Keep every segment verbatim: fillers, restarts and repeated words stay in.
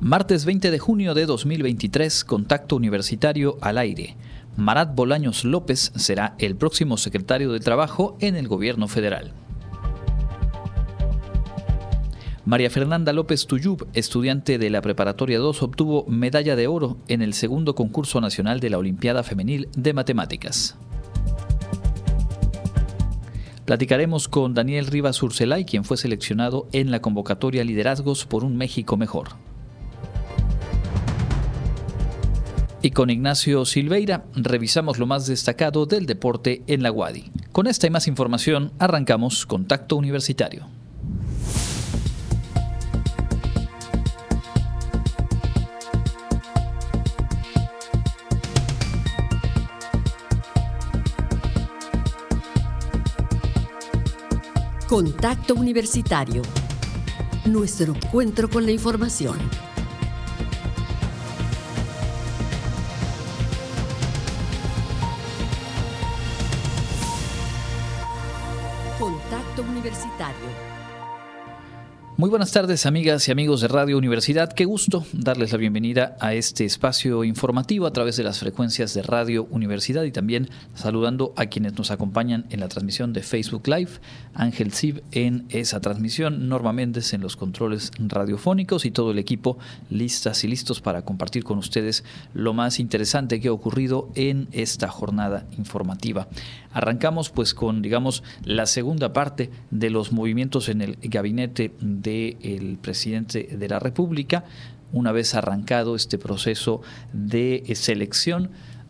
Martes veinte de junio de dos mil veintitrés, Contacto Universitario al aire. Marat Bolaños López será el próximo secretario de Trabajo en el Gobierno Federal. María Fernanda López Tuyub, estudiante de la Preparatoria dos, obtuvo medalla de oro en el segundo concurso nacional de la Olimpiada Femenil de Matemáticas. Platicaremos con Daniel Rivas Urcelay, quien fue seleccionado en la convocatoria Liderazgos por un México Mejor. Y con Ignacio Silveira revisamos lo más destacado del deporte en la UADY. Con esta y más información arrancamos Contacto Universitario. Contacto Universitario. Nuestro encuentro con la información. Contacto Universitario. Muy buenas tardes, amigas y amigos de Radio Universidad. Qué gusto darles la bienvenida a este espacio informativo a través de las frecuencias de Radio Universidad y también saludando a quienes nos acompañan en la transmisión de Facebook Live. Ángel Cib en esa transmisión, Norma Méndez en los controles radiofónicos y todo el equipo listas y listos para compartir con ustedes lo más interesante que ha ocurrido en esta jornada informativa. Arrancamos pues con, digamos, la segunda parte de los movimientos en el gabinete del presidente de la República, una vez arrancado este proceso de selección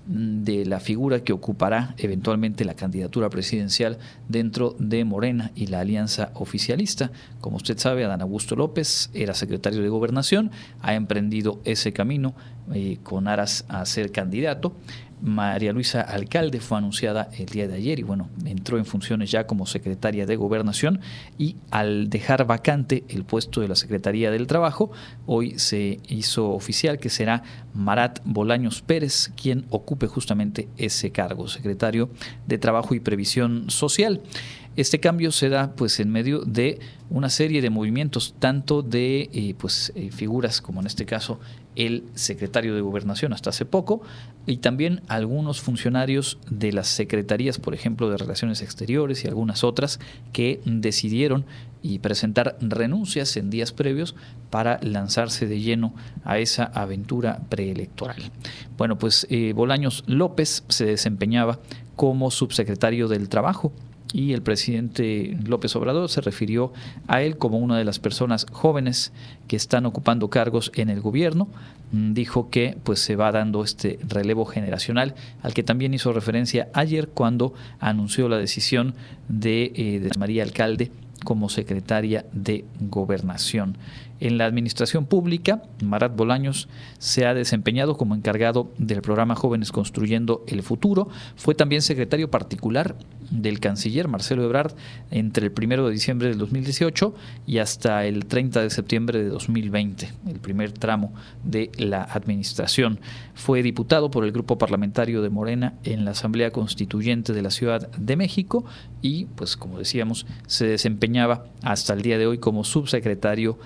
de la figura que ocupará eventualmente la candidatura presidencial dentro de Morena y la alianza oficialista. Como usted sabe, Adán Augusto López era secretario de Gobernación, ha emprendido ese camino eh, con aras a ser candidato. María Luisa Alcalde fue anunciada el día de ayer y bueno, entró en funciones ya como secretaria de Gobernación y al dejar vacante el puesto de la Secretaría del Trabajo, hoy se hizo oficial que será Marat Bolaños Pérez quien ocupe justamente ese cargo, secretario de Trabajo y Previsión Social. Este cambio se da pues en medio de una serie de movimientos, tanto de eh, pues eh, figuras como en este caso el secretario de Gobernación hasta hace poco y también algunos funcionarios de las secretarías, por ejemplo, de Relaciones Exteriores y algunas otras que decidieron y presentar renuncias en días previos para lanzarse de lleno a esa aventura preelectoral. Bueno, pues eh, Bolaños López se desempeñaba como subsecretario del Trabajo y el presidente López Obrador se refirió a él como una de las personas jóvenes que están ocupando cargos en el gobierno. Dijo que pues se va dando este relevo generacional al que también hizo referencia ayer cuando anunció la decisión de, eh, de María Alcalde como secretaria de Gobernación. En la administración pública, Marat Bolaños se ha desempeñado como encargado del programa Jóvenes Construyendo el Futuro. Fue también secretario particular del canciller Marcelo Ebrard entre el primero de diciembre del dos mil dieciocho y hasta el treinta de septiembre de dos mil veinte, el primer tramo de la administración. Fue diputado por el Grupo Parlamentario de Morena en la Asamblea Constituyente de la Ciudad de México y, pues como decíamos, se desempeñaba hasta el día de hoy como subsecretario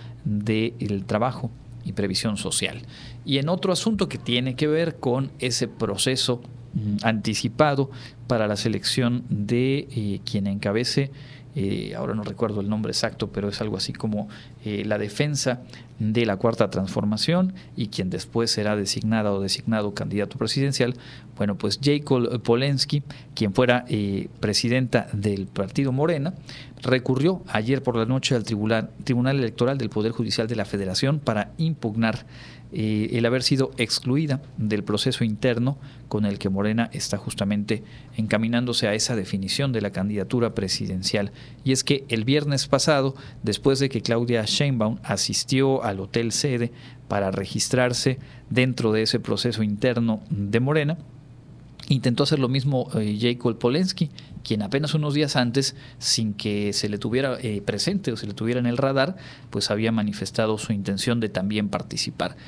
del Trabajo y Previsión Social. Y en otro asunto que tiene que ver con ese proceso mm, anticipado para la selección de eh, quien encabece, eh, ahora no recuerdo el nombre exacto, pero es algo así como eh, la defensa de la Cuarta Transformación y quien después será designada o designado candidato presidencial, bueno, pues Jacob Polensky, quien fuera eh, presidenta del partido Morena, recurrió ayer por la noche al Tribunal, Tribunal Electoral del Poder Judicial de la Federación para impugnar eh, el haber sido excluida del proceso interno con el que Morena está justamente encaminándose a esa definición de la candidatura presidencial. Y es que el viernes pasado, después de que Claudia Sheinbaum asistió al Hotel Sede para registrarse dentro de ese proceso interno de Morena, intentó hacer lo mismo eh, Jacob Polensky, quien apenas unos días antes, sin que se le tuviera eh, presente o se le tuviera en el radar, pues había manifestado su intención de también participar.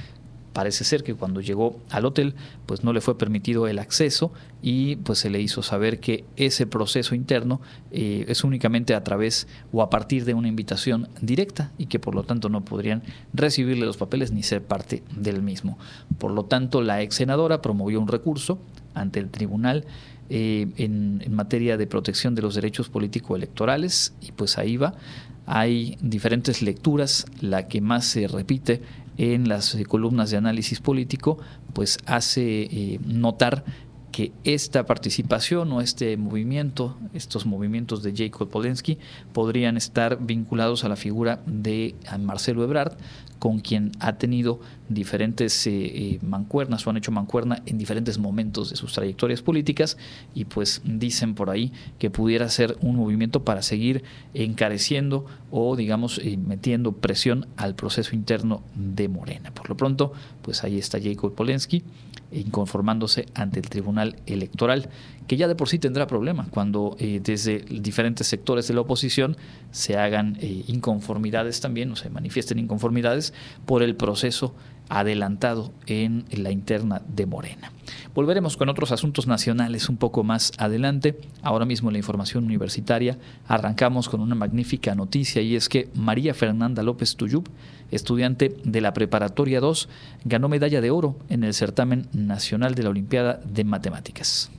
Parece ser que cuando llegó al hotel pues no le fue permitido el acceso y pues se le hizo saber que ese proceso interno eh, es únicamente a través o a partir de una invitación directa y que por lo tanto no podrían recibirle los papeles ni ser parte del mismo. Por lo tanto, la ex senadora promovió un recurso ante el tribunal eh, en, en materia de protección de los derechos político-electorales y pues ahí va. Hay diferentes lecturas, la que más se repite en las columnas de análisis político, pues hace eh, notar que esta participación o este movimiento, estos movimientos de Jacob Polensky podrían estar vinculados a la figura de Marcelo Ebrard, con quien ha tenido diferentes eh, eh, mancuernas o han hecho mancuerna en diferentes momentos de sus trayectorias políticas y pues dicen por ahí que pudiera ser un movimiento para seguir encareciendo o digamos eh, metiendo presión al proceso interno de Morena. Por lo pronto, pues ahí está Jacob Polensky inconformándose ante el Tribunal Electoral, que ya de por sí tendrá problemas cuando eh, desde diferentes sectores de la oposición se hagan eh, inconformidades también, o se manifiesten inconformidades por el proceso adelantado en la interna de Morena. Volveremos con otros asuntos nacionales un poco más adelante. Ahora mismo en la información universitaria arrancamos con una magnífica noticia y es que María Fernanda López Tuyub, estudiante de la Preparatoria dos, ganó medalla de oro en el certamen nacional de la Olimpiada de Matemáticas.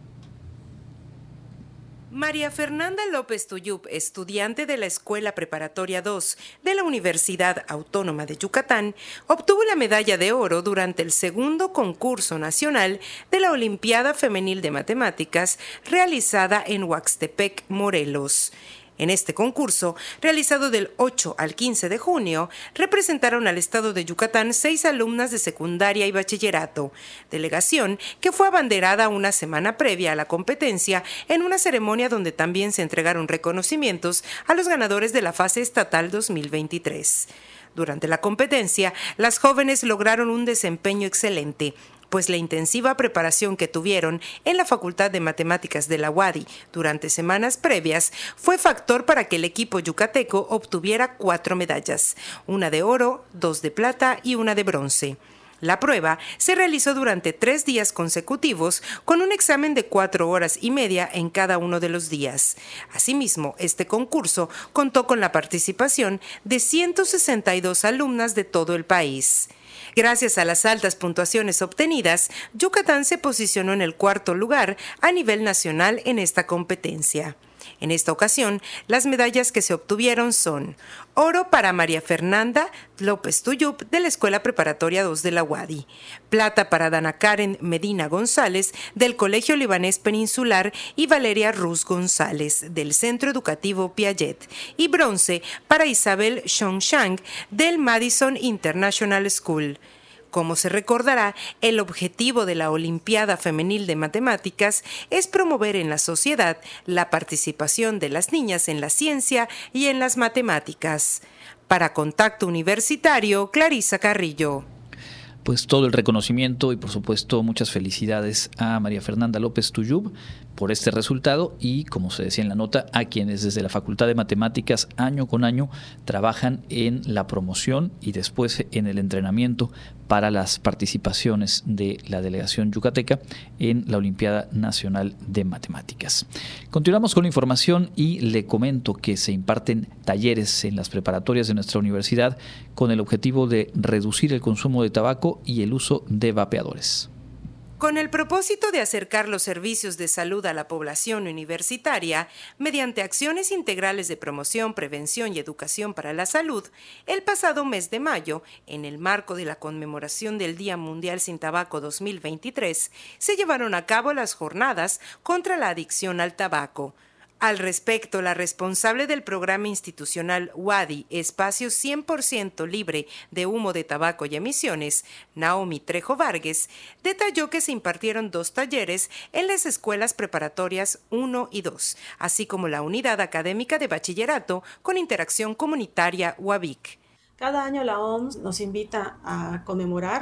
María Fernanda López Tuyub, estudiante de la Escuela Preparatoria dos de la Universidad Autónoma de Yucatán, obtuvo la medalla de oro durante el segundo concurso nacional de la Olimpiada Femenil de Matemáticas realizada en Huaxtepec, Morelos. En este concurso, realizado del ocho al quince de junio, representaron al estado de Yucatán seis alumnas de secundaria y bachillerato, delegación que fue abanderada una semana previa a la competencia en una ceremonia donde también se entregaron reconocimientos a los ganadores de la fase estatal dos mil veintitrés. Durante la competencia, las jóvenes lograron un desempeño excelente, pues la intensiva preparación que tuvieron en la Facultad de Matemáticas de la U A D Y durante semanas previas fue factor para que el equipo yucateco obtuviera cuatro medallas, una de oro, dos de plata y una de bronce. La prueba se realizó durante tres días consecutivos con un examen de cuatro horas y media en cada uno de los días. Asimismo, este concurso contó con la participación de ciento sesenta y dos alumnas de todo el país. Gracias a las altas puntuaciones obtenidas, Yucatán se posicionó en el cuarto lugar a nivel nacional en esta competencia. En esta ocasión, las medallas que se obtuvieron son oro para María Fernanda López Tuyub de la Escuela Preparatoria dos de la U A D Y, plata para Dana Karen Medina González del Colegio Libanés Peninsular y Valeria Ruz González del Centro Educativo Piaget y bronce para Isabel Shongshang del Madison International School. Como se recordará, el objetivo de la Olimpiada Femenil de Matemáticas es promover en la sociedad la participación de las niñas en la ciencia y en las matemáticas. Para Contacto Universitario, Clarisa Carrillo. Pues todo el reconocimiento y por supuesto muchas felicidades a María Fernanda López Tuyub por este resultado y, como se decía en la nota, a quienes desde la Facultad de Matemáticas año con año trabajan en la promoción y después en el entrenamiento para las participaciones de la delegación yucateca en la Olimpiada Nacional de Matemáticas. Continuamos con la información y le comento que se imparten talleres en las preparatorias de nuestra universidad con el objetivo de reducir el consumo de tabaco y el uso de vapeadores. Con el propósito de acercar los servicios de salud a la población universitaria, mediante acciones integrales de promoción, prevención y educación para la salud, el pasado mes de mayo, en el marco de la conmemoración del Día Mundial Sin Tabaco dos mil veintitrés, se llevaron a cabo las jornadas contra la adicción al tabaco. Al respecto, la responsable del programa institucional U A D Y, Espacio cien por ciento libre de humo de tabaco y emisiones, Naomi Trejo Vargas, detalló que se impartieron dos talleres en las escuelas preparatorias uno y dos, así como la unidad académica de bachillerato con interacción comunitaria U A B I C. Cada año la O M S nos invita a conmemorar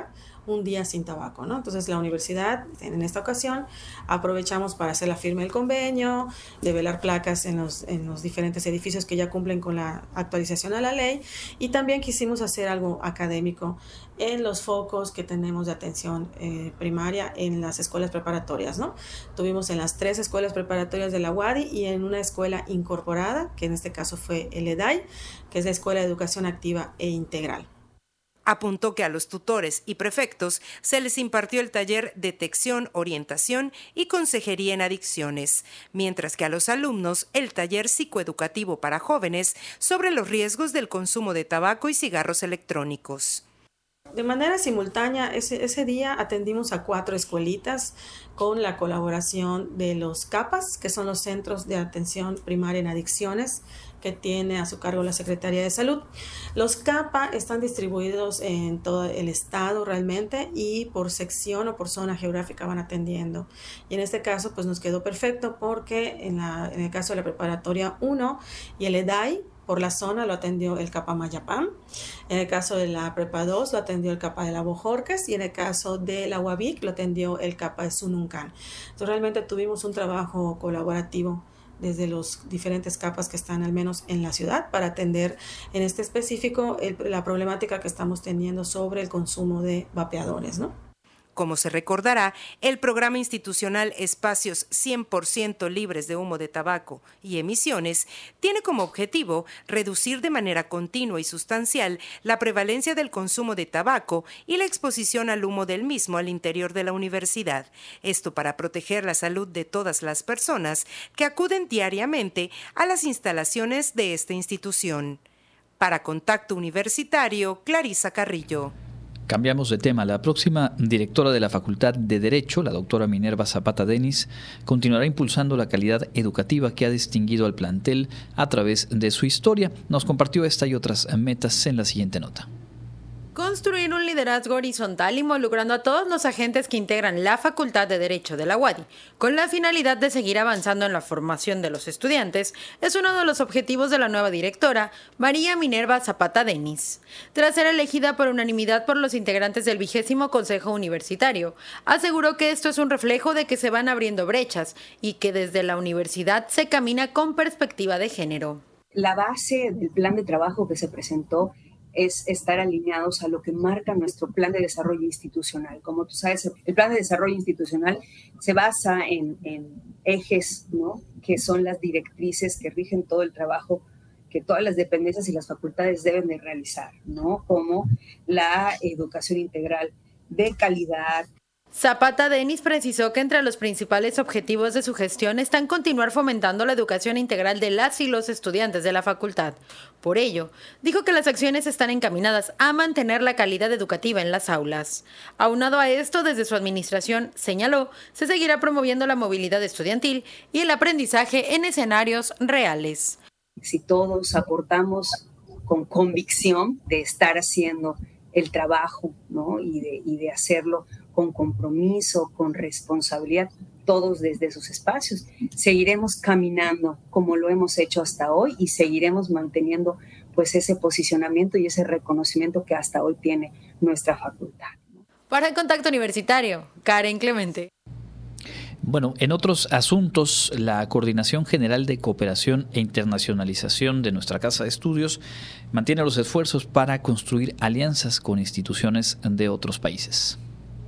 un día sin tabaco, ¿no? Entonces la universidad, en esta ocasión, aprovechamos para hacer la firma del convenio, develar placas en los, en los diferentes edificios que ya cumplen con la actualización a la ley, y también quisimos hacer algo académico en los focos que tenemos de atención eh, primaria en las escuelas preparatorias, ¿no? Tuvimos en las tres escuelas preparatorias de la U A D I y en una escuela incorporada, que en este caso fue el E D A I, que es la Escuela de Educación Activa e Integral. Apuntó que a los tutores y prefectos se les impartió el taller Detección, Orientación y Consejería en Adicciones, mientras que a los alumnos el taller psicoeducativo para jóvenes sobre los riesgos del consumo de tabaco y cigarros electrónicos. De manera simultánea, ese, ese día atendimos a cuatro escuelitas con la colaboración de los CAPAS, que son los Centros de Atención Primaria en Adicciones, que tiene a su cargo la Secretaría de Salud. Los CAPA están distribuidos en todo el estado realmente y por sección o por zona geográfica van atendiendo. Y en este caso pues nos quedó perfecto porque en, la, en el caso de la preparatoria uno y el E D A I, por la zona lo atendió el CAPA Mayapán, en el caso de la Prepa dos lo atendió el CAPA de la Bojorques y en el caso de la U A B I C lo atendió el CAPA de Sununcan. Entonces realmente tuvimos un trabajo colaborativo desde los diferentes capas que están al menos en la ciudad para atender en este específico el, la problemática que estamos teniendo sobre el consumo de vapeadores, ¿no? Como se recordará, el programa institucional Espacios cien por ciento libres de humo de tabaco y emisiones tiene como objetivo reducir de manera continua y sustancial la prevalencia del consumo de tabaco y la exposición al humo del mismo al interior de la universidad. Esto para proteger la salud de todas las personas que acuden diariamente a las instalaciones de esta institución. Para Contacto Universitario, Clarisa Carrillo. Cambiamos de tema. La próxima directora de la Facultad de Derecho, la doctora Minerva Zapata Denis, continuará impulsando la calidad educativa que ha distinguido al plantel a través de su historia. Nos compartió esta y otras metas en la siguiente nota. Construir un liderazgo horizontal involucrando a todos los agentes que integran la Facultad de Derecho de la U A D I, con la finalidad de seguir avanzando en la formación de los estudiantes, es uno de los objetivos de la nueva directora, María Minerva Zapata Denis. Tras ser elegida por unanimidad por los integrantes del vigésimo Consejo Universitario, aseguró que esto es un reflejo de que se van abriendo brechas y que desde la universidad se camina con perspectiva de género. La base del plan de trabajo que se presentó es estar alineados a lo que marca nuestro plan de desarrollo institucional. Como tú sabes, el plan de desarrollo institucional se basa en, en ejes, ¿no?, que son las directrices que rigen todo el trabajo que todas las dependencias y las facultades deben de realizar, ¿no?, como la educación integral de calidad. Zapata Denis precisó que entre los principales objetivos de su gestión están continuar fomentando la educación integral de las y los estudiantes de la facultad. Por ello, dijo que las acciones están encaminadas a mantener la calidad educativa en las aulas. Aunado a esto, desde su administración, señaló, se seguirá promoviendo la movilidad estudiantil y el aprendizaje en escenarios reales. Si todos aportamos con convicción de estar haciendo el trabajo, ¿no?, y de, y de hacerlo con compromiso, con responsabilidad, todos desde sus espacios, seguiremos caminando como lo hemos hecho hasta hoy y seguiremos manteniendo pues ese posicionamiento y ese reconocimiento que hasta hoy tiene nuestra facultad. Para el Contacto Universitario, Karen Clemente. Bueno, en otros asuntos, la Coordinación General de Cooperación e Internacionalización de nuestra Casa de Estudios mantiene los esfuerzos para construir alianzas con instituciones de otros países.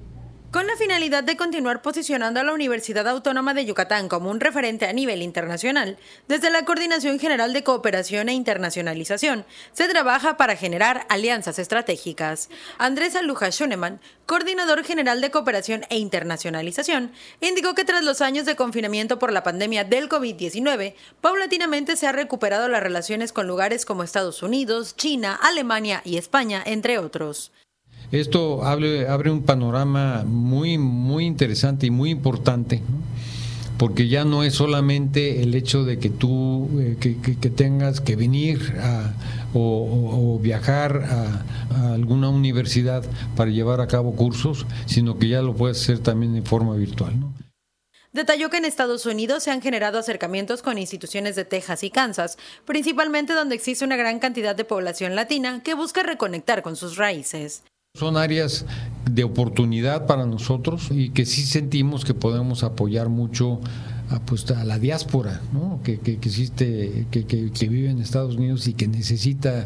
Con la finalidad de continuar posicionando a la Universidad Autónoma de Yucatán como un referente a nivel internacional, desde la Coordinación General de Cooperación e Internacionalización se trabaja para generar alianzas estratégicas. Andrés Aluja Schunemann, coordinador general de Cooperación e Internacionalización, indicó que tras los años de confinamiento por la pandemia del COVID diecinueve, paulatinamente se han recuperado las relaciones con lugares como Estados Unidos, China, Alemania y España, entre otros. Esto abre, abre un panorama muy, muy interesante y muy importante, ¿no?, porque ya no es solamente el hecho de que tú eh, que, que, que tengas que venir a, o, o, o viajar a, a alguna universidad para llevar a cabo cursos, sino que ya lo puedes hacer también de forma virtual, ¿no? Detalló que en Estados Unidos se han generado acercamientos con instituciones de Texas y Kansas, principalmente donde existe una gran cantidad de población latina que busca reconectar con sus raíces. Son áreas de oportunidad para nosotros y que sí sentimos que podemos apoyar mucho a, pues, a la diáspora, ¿no? que, que, que existe, que, que, que vive en Estados Unidos y que necesita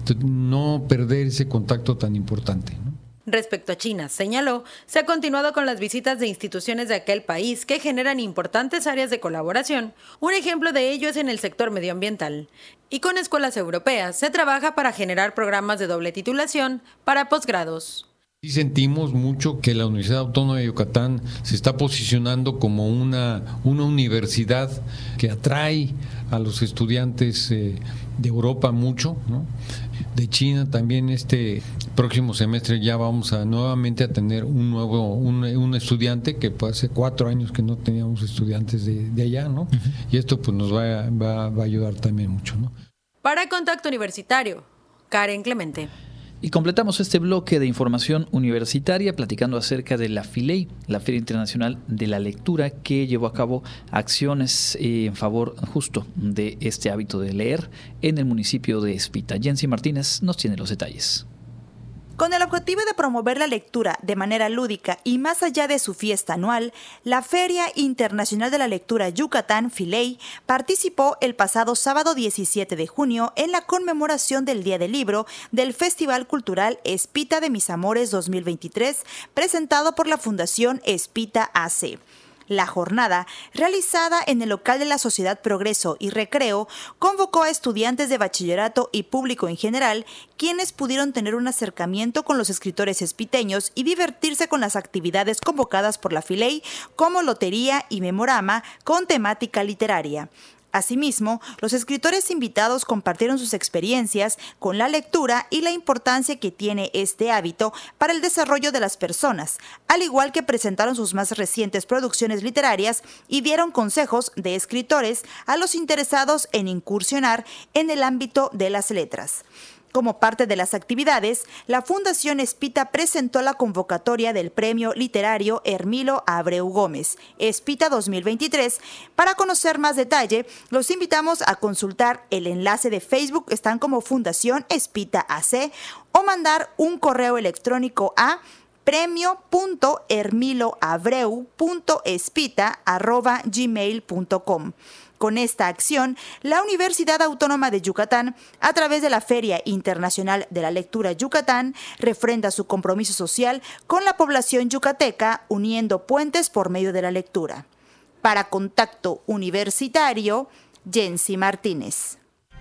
no perder ese contacto tan importante, ¿no? Respecto a China, señaló, se ha continuado con las visitas de instituciones de aquel país que generan importantes áreas de colaboración. Un ejemplo de ello es en el sector medioambiental. Y con escuelas europeas se trabaja para generar programas de doble titulación para posgrados. Sí sentimos mucho que la Universidad Autónoma de Yucatán se está posicionando como una, una universidad que atrae a los estudiantes eh, de Europa mucho, ¿no? De China también. Este próximo semestre ya vamos a nuevamente a tener un nuevo un, un estudiante que pues, hace cuatro años que no teníamos estudiantes de, de allá, ¿no? Uh-huh. Y esto pues nos va, va, va a ayudar también mucho, ¿no? Para Contacto Universitario, Karen Clemente. Y completamos este bloque de información universitaria platicando acerca de la FILEI, la Feria Internacional de la Lectura, que llevó a cabo acciones en favor justo de este hábito de leer en el municipio de Espita. Jensi Martínez nos tiene los detalles. Con el objetivo de promover la lectura de manera lúdica y más allá de su fiesta anual, la Feria Internacional de la Lectura Yucatán, FILEI, participó el pasado sábado diecisiete de junio en la conmemoración del Día del Libro del Festival Cultural Espita de Mis Amores dos mil veintitrés, presentado por la Fundación Espita A C. La jornada, realizada en el local de la Sociedad Progreso y Recreo, convocó a estudiantes de bachillerato y público en general, quienes pudieron tener un acercamiento con los escritores espiteños y divertirse con las actividades convocadas por la FILEI, como lotería y memorama con temática literaria. Asimismo, los escritores invitados compartieron sus experiencias con la lectura y la importancia que tiene este hábito para el desarrollo de las personas, al igual que presentaron sus más recientes producciones literarias y dieron consejos de escritores a los interesados en incursionar en el ámbito de las letras. Como parte de las actividades, la Fundación Espita presentó la convocatoria del Premio Literario Hermilo Abreu Gómez, Espita dos mil veintitrés. Para conocer más detalle, los invitamos a consultar el enlace de Facebook, están como Fundación Espita A C, o mandar un correo electrónico a premio punto hermilo abreu punto espita arroba gmail punto com. Con esta acción, la Universidad Autónoma de Yucatán, a través de la Feria Internacional de la Lectura Yucatán, refrenda su compromiso social con la población yucateca, uniendo puentes por medio de la lectura. Para Contacto Universitario, Jensi Martínez.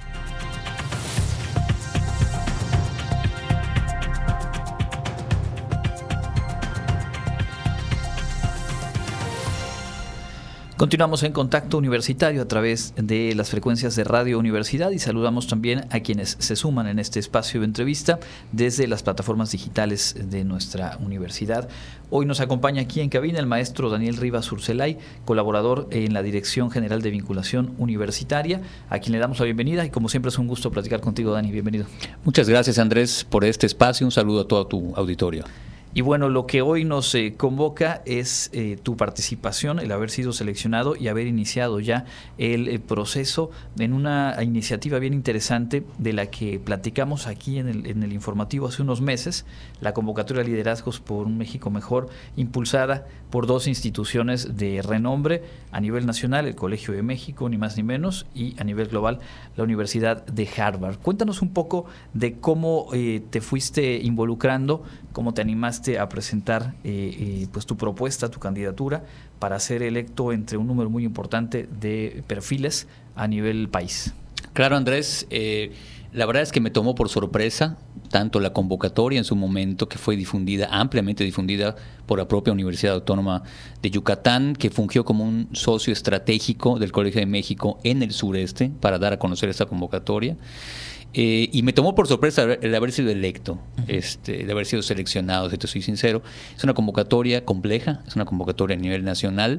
Continuamos en Contacto Universitario a través de las frecuencias de Radio Universidad y saludamos también a quienes se suman en este espacio de entrevista desde las plataformas digitales de nuestra universidad. Hoy nos acompaña aquí en cabina el maestro Daniel Rivas Urcelay, colaborador en la Dirección General de Vinculación Universitaria, a quien le damos la bienvenida y como siempre es un gusto platicar contigo, Dani. Bienvenido. Muchas gracias, Andrés, por este espacio. Un saludo a todo tu auditorio. Y bueno, lo que hoy nos eh, convoca es eh, tu participación, el haber sido seleccionado y haber iniciado ya el eh, proceso en una iniciativa bien interesante de la que platicamos aquí en el, en el informativo hace unos meses, la convocatoria de liderazgos por un México mejor, impulsada por dos instituciones de renombre a nivel nacional, el Colegio de México, ni más ni menos, y a nivel global, la Universidad de Harvard. Cuéntanos un poco de cómo eh, te fuiste involucrando, cómo te animaste a presentar eh, eh, pues tu propuesta, tu candidatura para ser electo entre un número muy importante de perfiles a nivel país. Claro, Andrés, eh, la verdad es que me tomó por sorpresa tanto la convocatoria en su momento, que fue difundida, ampliamente difundida por la propia Universidad Autónoma de Yucatán, que fungió como un socio estratégico del Colegio de México en el sureste para dar a conocer esta convocatoria. Eh, y me tomó por sorpresa el haber sido electo, uh-huh. este, el haber sido seleccionado, si te soy sincero. Es una convocatoria compleja, es una convocatoria a nivel nacional.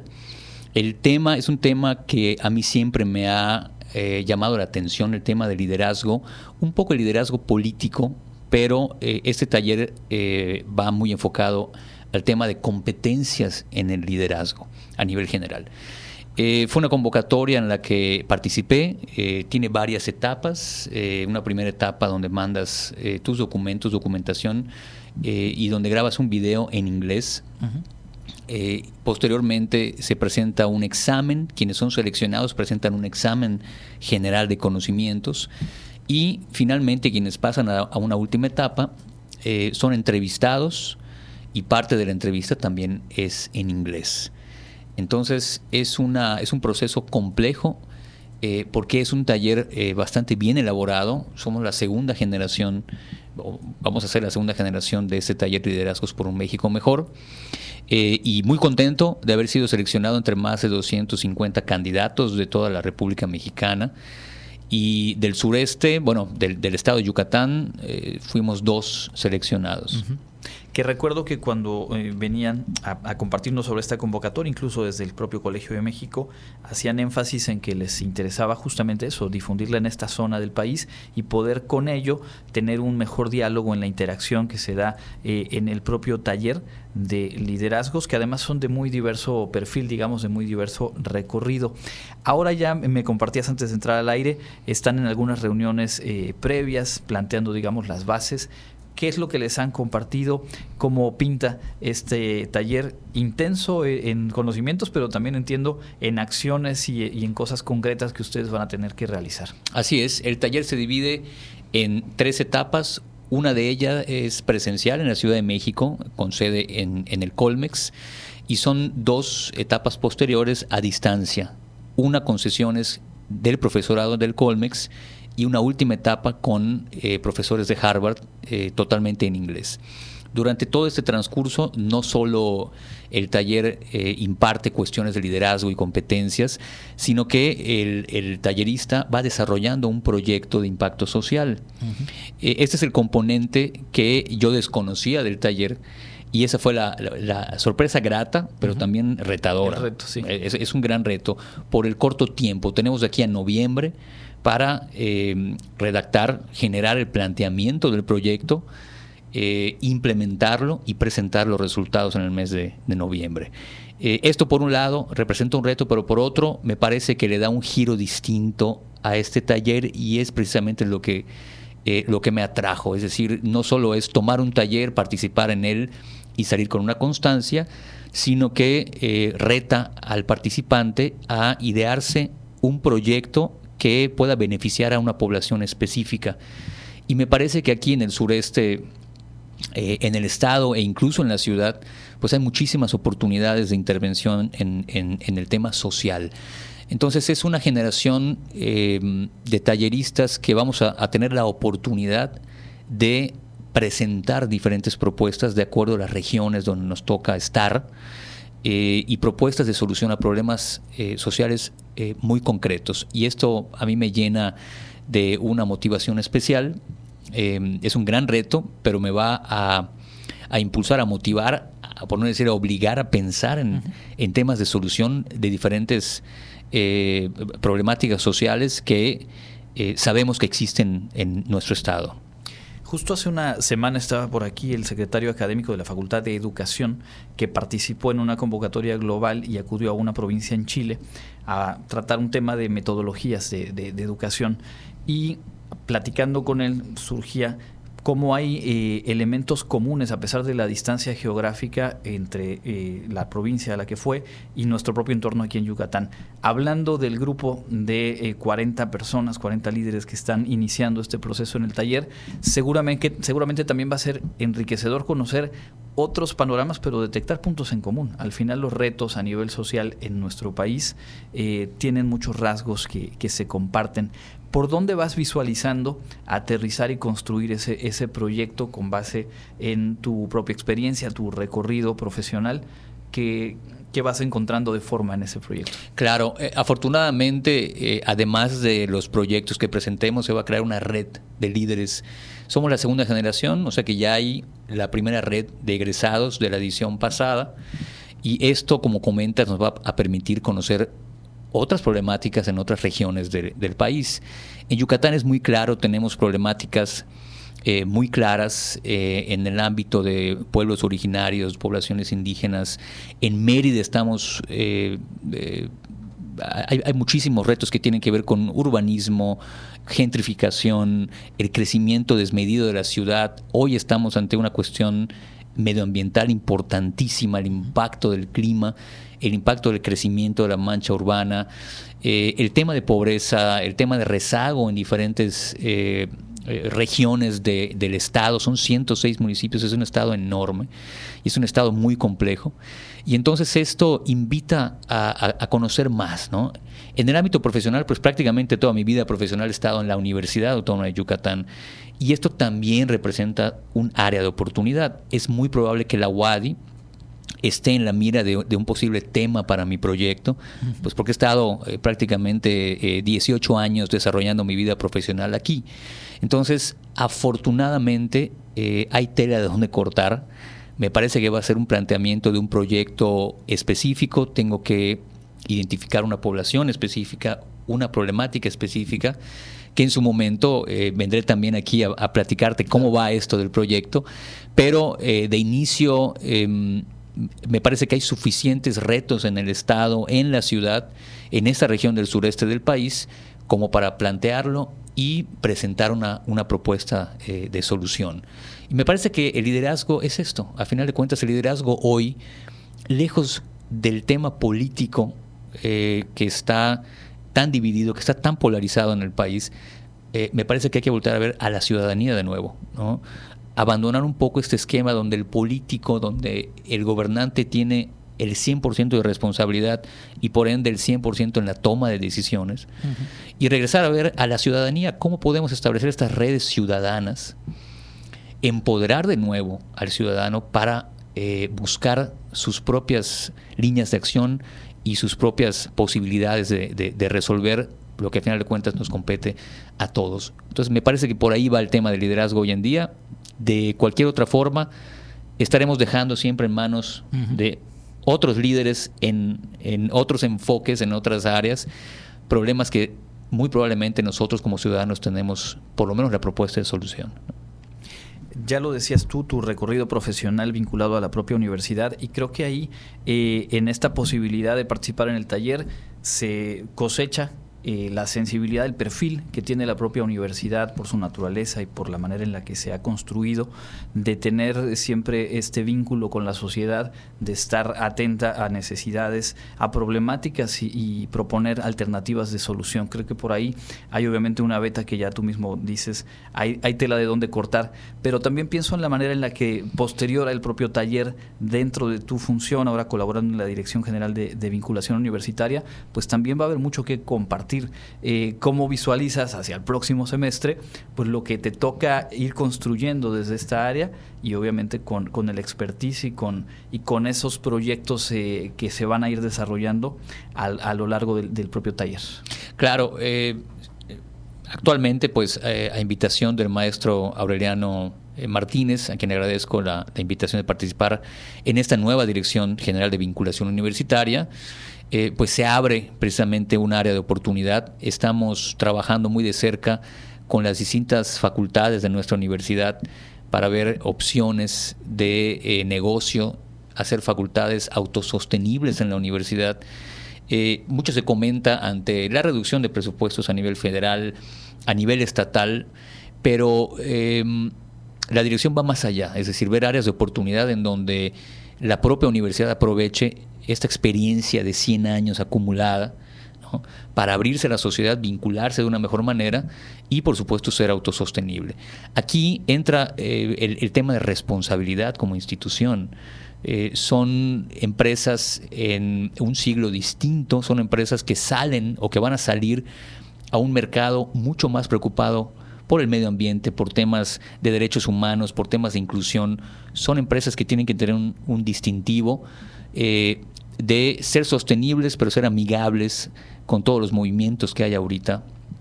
El tema es un tema que a mí siempre me ha eh, llamado la atención, el tema del liderazgo, un poco el liderazgo político, pero eh, este taller eh, va muy enfocado al tema de competencias en el liderazgo a nivel general. Eh, fue una convocatoria en la que participé, eh, tiene varias etapas, eh, una primera etapa donde mandas eh, tus documentos, documentación, eh, y donde grabas un video en inglés. Uh-huh. Eh, posteriormente se presenta un examen, quienes son seleccionados presentan un examen general de conocimientos y finalmente quienes pasan a, a una última etapa eh, son entrevistados y parte de la entrevista también es en inglés. Entonces es, una, es un proceso complejo eh, porque es un taller eh, bastante bien elaborado. Somos la segunda generación, vamos a ser la segunda generación de este taller Liderazgos por un México Mejor. Eh, y muy contento de haber sido seleccionado entre más de doscientos cincuenta candidatos de toda la República Mexicana y del sureste, bueno, del, del estado de Yucatán, eh, fuimos dos seleccionados. Uh-huh. Que recuerdo que cuando eh, venían a, a compartirnos sobre esta convocatoria, incluso desde el propio Colegio de México, hacían énfasis en que les interesaba justamente eso, difundirla en esta zona del país y poder con ello tener un mejor diálogo en la interacción que se da eh, en el propio taller de liderazgos, que además son de muy diverso perfil, digamos, de muy diverso recorrido. Ahora ya me compartías antes de entrar al aire, están en algunas reuniones eh, previas, planteando, digamos, las bases. ¿Qué es lo que les han compartido? ¿Cómo pinta este taller intenso en conocimientos, pero también entiendo en acciones y, y en cosas concretas que ustedes van a tener que realizar? Así es, el taller se divide en tres etapas. Una de ellas es presencial en la Ciudad de México, con sede en, en el Colmex, y son dos etapas posteriores a distancia. Una con sesiones del profesorado del Colmex y una última etapa con eh, profesores de Harvard eh, totalmente en inglés. Durante todo este transcurso, no solo el taller eh, imparte cuestiones de liderazgo y competencias, sino que el, el tallerista va desarrollando un proyecto de impacto social. Uh-huh. Eh, este es el componente que yo desconocía del taller, y esa fue la, la, la sorpresa grata, pero uh-huh. también retadora. El reto, sí. Es, es un gran reto por el corto tiempo. Tenemos de aquí a noviembre para eh, redactar, generar el planteamiento del proyecto, eh, implementarlo y presentar los resultados en el mes de, de noviembre. Eh, esto por un lado representa un reto, pero por otro me parece que le da un giro distinto a este taller y es precisamente lo que, eh, lo que me atrajo. Es decir, no solo es tomar un taller, participar en él y salir con una constancia, sino que eh, reta al participante a idearse un proyecto que pueda beneficiar a una población específica. Y me parece que aquí en el sureste, eh, en el estado e incluso en la ciudad, pues hay muchísimas oportunidades de intervención en, en, en el tema social. Entonces es una generación eh, de talleristas que vamos a, a tener la oportunidad de presentar diferentes propuestas de acuerdo a las regiones donde nos toca estar, Eh, y propuestas de solución a problemas eh, sociales eh, muy concretos. Y esto a mí me llena de una motivación especial. Eh, es un gran reto, pero me va a, a impulsar, a motivar, a, por no decir, a obligar a pensar en, uh-huh. en temas de solución de diferentes eh, problemáticas sociales que eh, sabemos que existen en nuestro estado. Justo hace una semana estaba por aquí el secretario académico de la Facultad de Educación, que participó en una convocatoria global y acudió a una provincia en Chile a tratar un tema de metodologías de, de, de educación. Y platicando con él surgía cómo hay eh, elementos comunes a pesar de la distancia geográfica entre eh, la provincia a la que fue y nuestro propio entorno aquí en Yucatán. Hablando del grupo de eh, cuarenta personas, cuarenta líderes que están iniciando este proceso en el taller, seguramente, seguramente también va a ser enriquecedor conocer otros panoramas, pero detectar puntos en común. Al final los retos a nivel social en nuestro país eh, tienen muchos rasgos que, que se comparten. ¿Por dónde vas visualizando aterrizar y construir ese, ese proyecto con base en tu propia experiencia, tu recorrido profesional? ¿Qué, qué vas encontrando de forma en ese proyecto? Claro, eh, afortunadamente, eh, además de los proyectos que presentemos, se va a crear una red de líderes. Somos la segunda generación, o sea que ya hay la primera red de egresados de la edición pasada, y esto, como comentas, nos va a permitir conocer otras problemáticas en otras regiones de, del país. En Yucatán es muy claro, tenemos problemáticas eh, muy claras eh, en el ámbito de pueblos originarios, poblaciones indígenas. En Mérida estamos eh, eh, hay, hay muchísimos retos que tienen que ver con urbanismo, gentrificación, el crecimiento desmedido de la ciudad. Hoy estamos ante una cuestión medioambiental importantísima, el impacto del clima, el impacto del crecimiento de la mancha urbana, eh, el tema de pobreza, el tema de rezago en diferentes eh, eh, regiones de, del estado. Son ciento seis municipios, es un estado enorme y es un estado muy complejo. Y entonces esto invita a, a, a conocer más, ¿no? En el ámbito profesional, pues prácticamente toda mi vida profesional he estado en la Universidad Autónoma de Yucatán, y esto también representa un área de oportunidad. Es muy probable que la U A D Y esté en la mira de, de un posible tema para mi proyecto, pues porque he estado eh, prácticamente eh, dieciocho años desarrollando mi vida profesional aquí. Entonces, afortunadamente, eh, hay tela de donde cortar. Me parece que va a ser un planteamiento de un proyecto específico. Tengo que identificar una población específica, una problemática específica, que en su momento eh, vendré también aquí a, a platicarte cómo va esto del proyecto, pero eh, de inicio eh, me parece que hay suficientes retos en el estado, en la ciudad, en esta región del sureste del país, como para plantearlo y presentar una, una propuesta eh, de solución. Y me parece que el liderazgo es esto. A final de cuentas, el liderazgo hoy, lejos del tema político eh, que está tan dividido, que está tan polarizado en el país, eh, me parece que hay que volver a ver a la ciudadanía de nuevo, ¿no? Abandonar un poco este esquema donde el político, donde el gobernante tiene el cien por ciento de responsabilidad y por ende el cien por ciento en la toma de decisiones, uh-huh. y regresar a ver a la ciudadanía, cómo podemos establecer estas redes ciudadanas, empoderar de nuevo al ciudadano para eh, buscar sus propias líneas de acción y sus propias posibilidades de, de, de resolver lo que al final de cuentas nos compete a todos. Entonces me parece que por ahí va el tema del liderazgo hoy en día. De cualquier otra forma, estaremos dejando siempre en manos uh-huh. de otros líderes en, en otros enfoques, en otras áreas, problemas que muy probablemente nosotros como ciudadanos tenemos por lo menos la propuesta de solución. Ya lo decías tú, tu recorrido profesional vinculado a la propia universidad, y creo que ahí, eh, en esta posibilidad de participar en el taller, se cosecha eh, la sensibilidad del perfil que tiene la propia universidad por su naturaleza y por la manera en la que se ha construido, de tener siempre este vínculo con la sociedad, de estar atenta a necesidades, a problemáticas y, y proponer alternativas de solución. Creo que por ahí hay obviamente una beta que ya tú mismo dices, hay, hay tela de dónde cortar, pero también pienso en la manera en la que posterior al propio taller, dentro de tu función, ahora colaborando en la Dirección General de, de Vinculación Universitaria, pues también va a haber mucho que compartir. Eh, ¿Cómo visualizas hacia el próximo semestre pues lo que te toca ir construyendo desde esta área, y obviamente con, con el expertise y con, y con esos proyectos eh, que se van a ir desarrollando a, a lo largo del, del propio taller? Claro, eh, actualmente pues eh, a invitación del maestro Aureliano eh, Martínez, a quien agradezco la, la invitación de participar en esta nueva Dirección General de Vinculación Universitaria, Eh, pues se abre precisamente un área de oportunidad. Estamos trabajando muy de cerca con las distintas facultades de nuestra universidad para ver opciones de eh, negocio, hacer facultades autosostenibles en la universidad. Eh, mucho se comenta ante la reducción de presupuestos a nivel federal, a nivel estatal, pero eh, la dirección va más allá, es decir, ver áreas de oportunidad en donde la propia universidad aproveche esta experiencia de cien años acumulada, ¿no?, para abrirse a la sociedad, vincularse de una mejor manera y, por supuesto, ser autosostenible. Aquí entra eh, el, el tema de responsabilidad como institución. Eh, son empresas en un siglo distinto, son empresas que salen o que van a salir a un mercado mucho más preocupado por el medio ambiente, por temas de derechos humanos, por temas de inclusión. Son empresas que tienen que tener un, un distintivo eh, de ser sostenibles, pero ser amigables con todos los movimientos que hay ahorita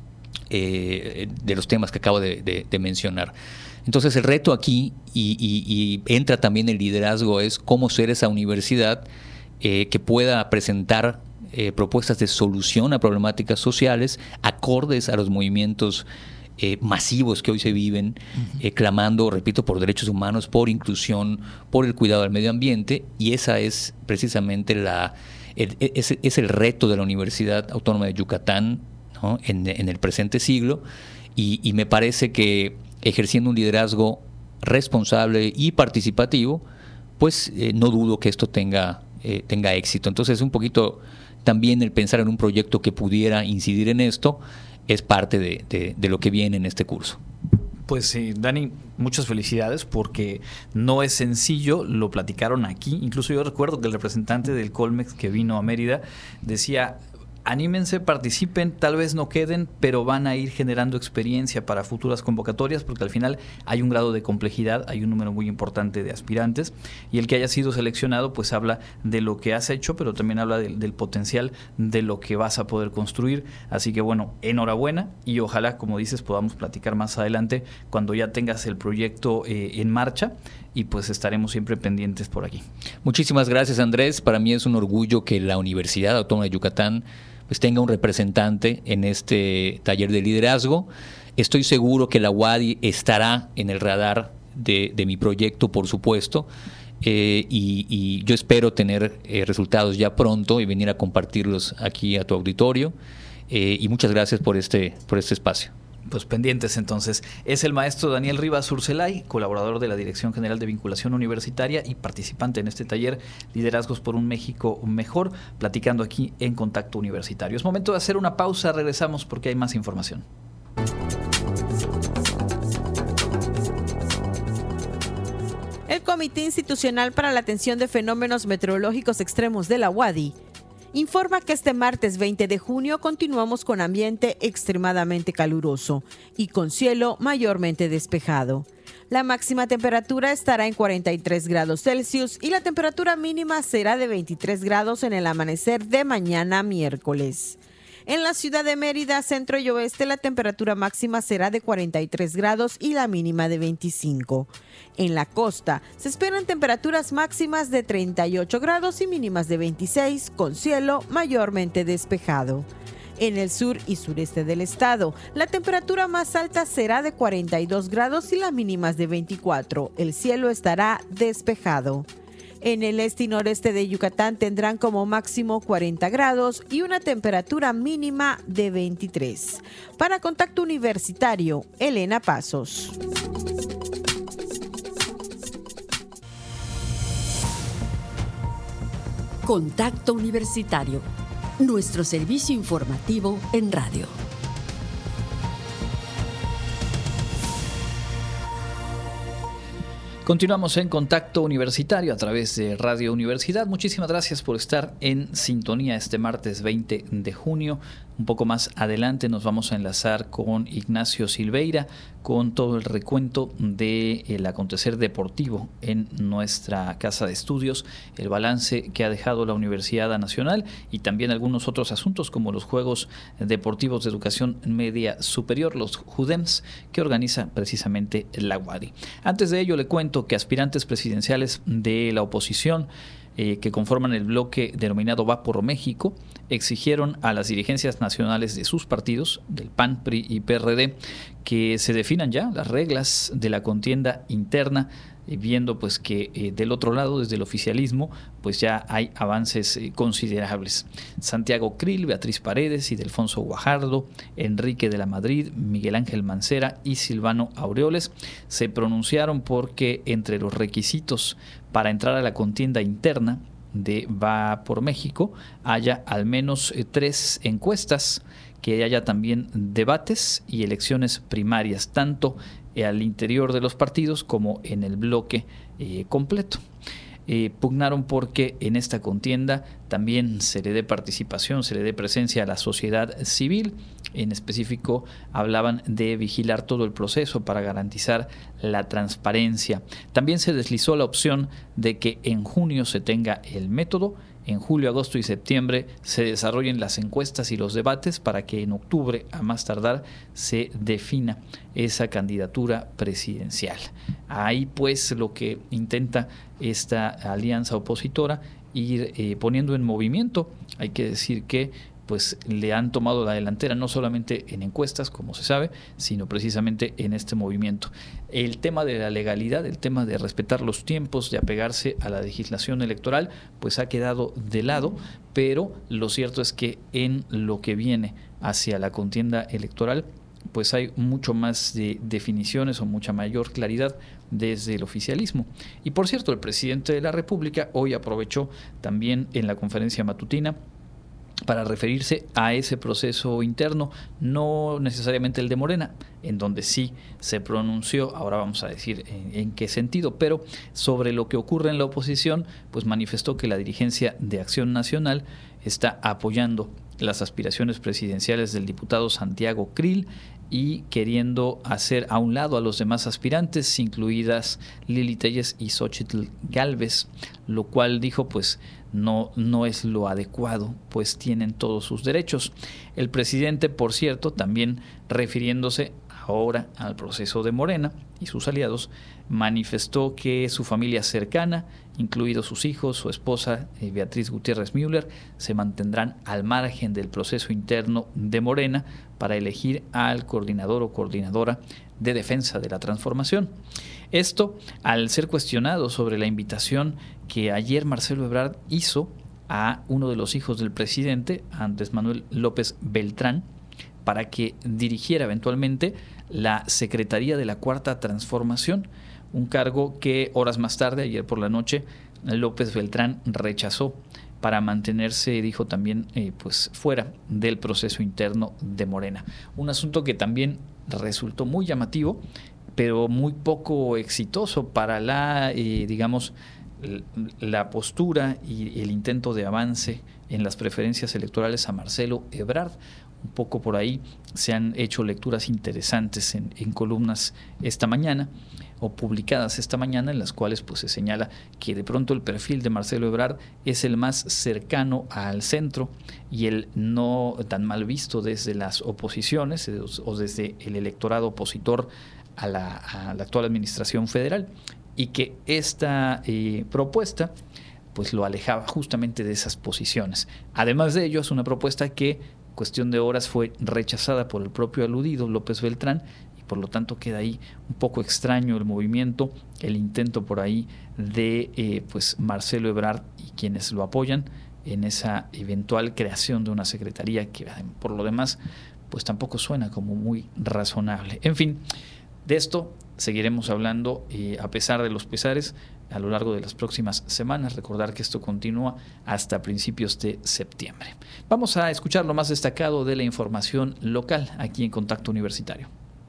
eh, de los temas que acabo de, de, de mencionar. Entonces el reto aquí, y, y, y entra también el liderazgo, es cómo ser esa universidad eh, que pueda presentar eh, propuestas de solución a problemáticas sociales acordes a los movimientos Eh, masivos que hoy se viven, uh-huh. eh, clamando, repito, por derechos humanos, por inclusión, por el cuidado del medio ambiente, y esa es precisamente la, el, es, es el reto de la Universidad Autónoma de Yucatán, ¿no? en, en el presente siglo, y, y me parece que ejerciendo un liderazgo responsable y participativo, pues eh, no dudo que esto tenga, eh, tenga éxito. Entonces un poquito también el pensar en un proyecto que pudiera incidir en esto es parte de, de, de lo que viene en este curso. Pues sí, Dani, muchas felicidades porque no es sencillo, lo platicaron aquí. Incluso yo recuerdo que el representante del Colmex que vino a Mérida decía: anímense, participen, tal vez no queden, pero van a ir generando experiencia para futuras convocatorias, porque al final hay un grado de complejidad, hay un número muy importante de aspirantes, y el que haya sido seleccionado pues habla de lo que has hecho, pero también habla de, del potencial de lo que vas a poder construir. Así que bueno, enhorabuena, y ojalá, como dices, podamos platicar más adelante cuando ya tengas el proyecto eh, en marcha, y pues estaremos siempre pendientes por aquí. Muchísimas gracias, Andrés. Para mí es un orgullo que la Universidad Autónoma de Yucatán pues tenga un representante en este taller de liderazgo. Estoy seguro que la U A D Y estará en el radar de, de mi proyecto, por supuesto, eh, y, y yo espero tener eh, resultados ya pronto y venir a compartirlos aquí a tu auditorio, eh, y muchas gracias por este, por este espacio. Pues pendientes entonces. Es el maestro Daniel Rivas Urcelay, colaborador de la Dirección General de Vinculación Universitaria y participante en este taller Liderazgos por un México Mejor, platicando aquí en Contacto Universitario. Es momento de hacer una pausa, regresamos porque hay más información. El Comité Institucional para la Atención de Fenómenos Meteorológicos Extremos de la U A D Y informa que este martes veinte de junio continuamos con ambiente extremadamente caluroso y con cielo mayormente despejado. La máxima temperatura estará en cuarenta y tres grados Celsius y la temperatura mínima será de veintitrés grados en el amanecer de mañana miércoles. En la ciudad de Mérida, centro y oeste, la temperatura máxima será de cuarenta y tres grados y la mínima de veinticinco. En la costa, se esperan temperaturas máximas de treinta y ocho grados y mínimas de veintiséis, con cielo mayormente despejado. En el sur y sureste del estado, la temperatura más alta será de cuarenta y dos grados y las mínimas de veinticuatro. El cielo estará despejado. En el este y noreste de Yucatán tendrán como máximo cuarenta grados y una temperatura mínima de veintitrés. Para Contacto Universitario, Elena Pasos. Contacto Universitario, nuestro servicio informativo en radio. Continuamos en Contacto Universitario a través de Radio Universidad. Muchísimas gracias por estar en sintonía este martes veinte de junio. Un poco más adelante nos vamos a enlazar con Ignacio Silveira con todo el recuento del acontecer deportivo en nuestra casa de estudios, el balance que ha dejado la Universidad Nacional y también algunos otros asuntos como los Juegos Deportivos de Educación Media Superior, los JUDEMS, que organiza precisamente la U A D Y. Antes de ello le cuento que aspirantes presidenciales de la oposición Eh, que conforman el bloque denominado Va por México, exigieron a las dirigencias nacionales de sus partidos, del P A N, P R I y P R D, que se definan ya las reglas de la contienda interna, eh, viendo pues que eh, del otro lado, desde el oficialismo, pues ya hay avances eh, considerables. Santiago Krill, Beatriz Paredes, Ildefonso Guajardo, Enrique de la Madrid, Miguel Ángel Mancera y Silvano Aureoles se pronunciaron porque entre los requisitos para entrar a la contienda interna de Va por México haya al menos eh, tres encuestas, que haya también debates y elecciones primarias, tanto eh, al interior de los partidos como en el bloque eh, completo. Eh, pugnaron porque en esta contienda también se le dé participación, se le dé presencia a la sociedad civil. En específico, hablaban de vigilar todo el proceso para garantizar la transparencia. También se deslizó la opción de que en junio se tenga el método, en julio, agosto y septiembre se desarrollen las encuestas y los debates para que en octubre, a más tardar, se defina esa candidatura presidencial. Ahí pues lo que intenta esta alianza opositora ir eh, poniendo en movimiento. Hay que decir que pues le han tomado la delantera, no solamente en encuestas, como se sabe, sino precisamente en este movimiento. El tema de la legalidad, el tema de respetar los tiempos, de apegarse a la legislación electoral, pues ha quedado de lado, pero lo cierto es que en lo que viene hacia la contienda electoral, pues hay mucho más de definiciones o mucha mayor claridad desde el oficialismo. Y por cierto, el presidente de la República hoy aprovechó también en la conferencia matutina para referirse a ese proceso interno, no necesariamente el de Morena, en donde sí se pronunció, ahora vamos a decir en, en qué sentido, pero sobre lo que ocurre en la oposición, pues manifestó que la dirigencia de Acción Nacional está apoyando las aspiraciones presidenciales del diputado Santiago Krill y queriendo hacer a un lado a los demás aspirantes, incluidas Lili Telles y Xóchitl Gálvez, lo cual dijo pues no, no es lo adecuado, pues tienen todos sus derechos. El presidente, por cierto, también refiriéndose ahora al proceso de Morena y sus aliados, manifestó que su familia cercana, incluidos sus hijos, su esposa eh, Beatriz Gutiérrez Müller, se mantendrán al margen del proceso interno de Morena para elegir al coordinador o coordinadora de defensa de la transformación. Esto al ser cuestionado sobre la invitación que ayer Marcelo Ebrard hizo a uno de los hijos del presidente, Andrés Manuel López Beltrán, para que dirigiera eventualmente la Secretaría de la Cuarta Transformación, un cargo que horas más tarde, ayer por la noche, López Beltrán rechazó para mantenerse, dijo también, eh, pues fuera del proceso interno de Morena. Un asunto que también resultó muy llamativo, pero muy poco exitoso para la, eh, digamos, la postura y el intento de avance en las preferencias electorales a Marcelo Ebrard. Un poco por ahí se han hecho lecturas interesantes en, en columnas esta mañana o publicadas esta mañana, en las cuales pues se señala que de pronto el perfil de Marcelo Ebrard es el más cercano al centro y el no tan mal visto desde las oposiciones o desde el electorado opositor a la, a la actual administración federal, y que esta eh, propuesta pues lo alejaba justamente de esas posiciones. Además de ello, es una propuesta que cuestión de horas fue rechazada por el propio aludido López Beltrán, y por lo tanto queda ahí un poco extraño el movimiento, el intento por ahí de eh, pues Marcelo Ebrard y quienes lo apoyan en esa eventual creación de una secretaría que por lo demás pues tampoco suena como muy razonable. En fin, de esto seguiremos hablando eh, a pesar de los pesares a lo largo de las próximas semanas. Recordar que esto continúa hasta principios de septiembre. Vamos a escuchar lo más destacado de la información local aquí en Contacto Universitario.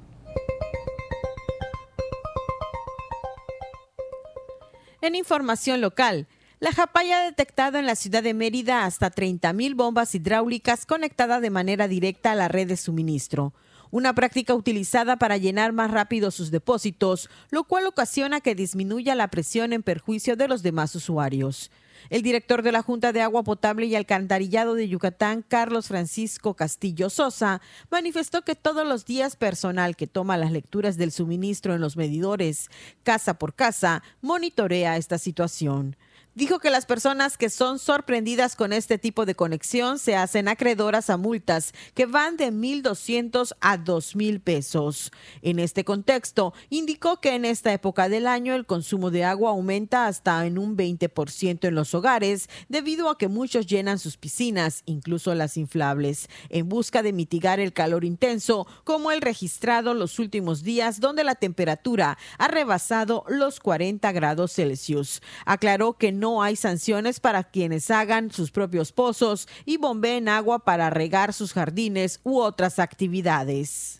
En información local, la Japay ha detectado en la ciudad de Mérida hasta treinta mil bombas hidráulicas conectadas de manera directa a la red de suministro, una práctica utilizada para llenar más rápido sus depósitos, lo cual ocasiona que disminuya la presión en perjuicio de los demás usuarios. El director de la Junta de Agua Potable y Alcantarillado de Yucatán, Carlos Francisco Castillo Sosa, manifestó que todos los días personal que toma las lecturas del suministro en los medidores, casa por casa, monitorea esta situación. Dijo que las personas que son sorprendidas con este tipo de conexión se hacen acreedoras a multas que van de mil doscientos a dos mil pesos. En este contexto, indicó que en esta época del año el consumo de agua aumenta hasta en un veinte por ciento en los hogares debido a que muchos llenan sus piscinas, incluso las inflables, en busca de mitigar el calor intenso, como el registrado los últimos días donde la temperatura ha rebasado los cuarenta grados Celsius. Aclaró que no No hay sanciones para quienes hagan sus propios pozos y bombeen agua para regar sus jardines u otras actividades.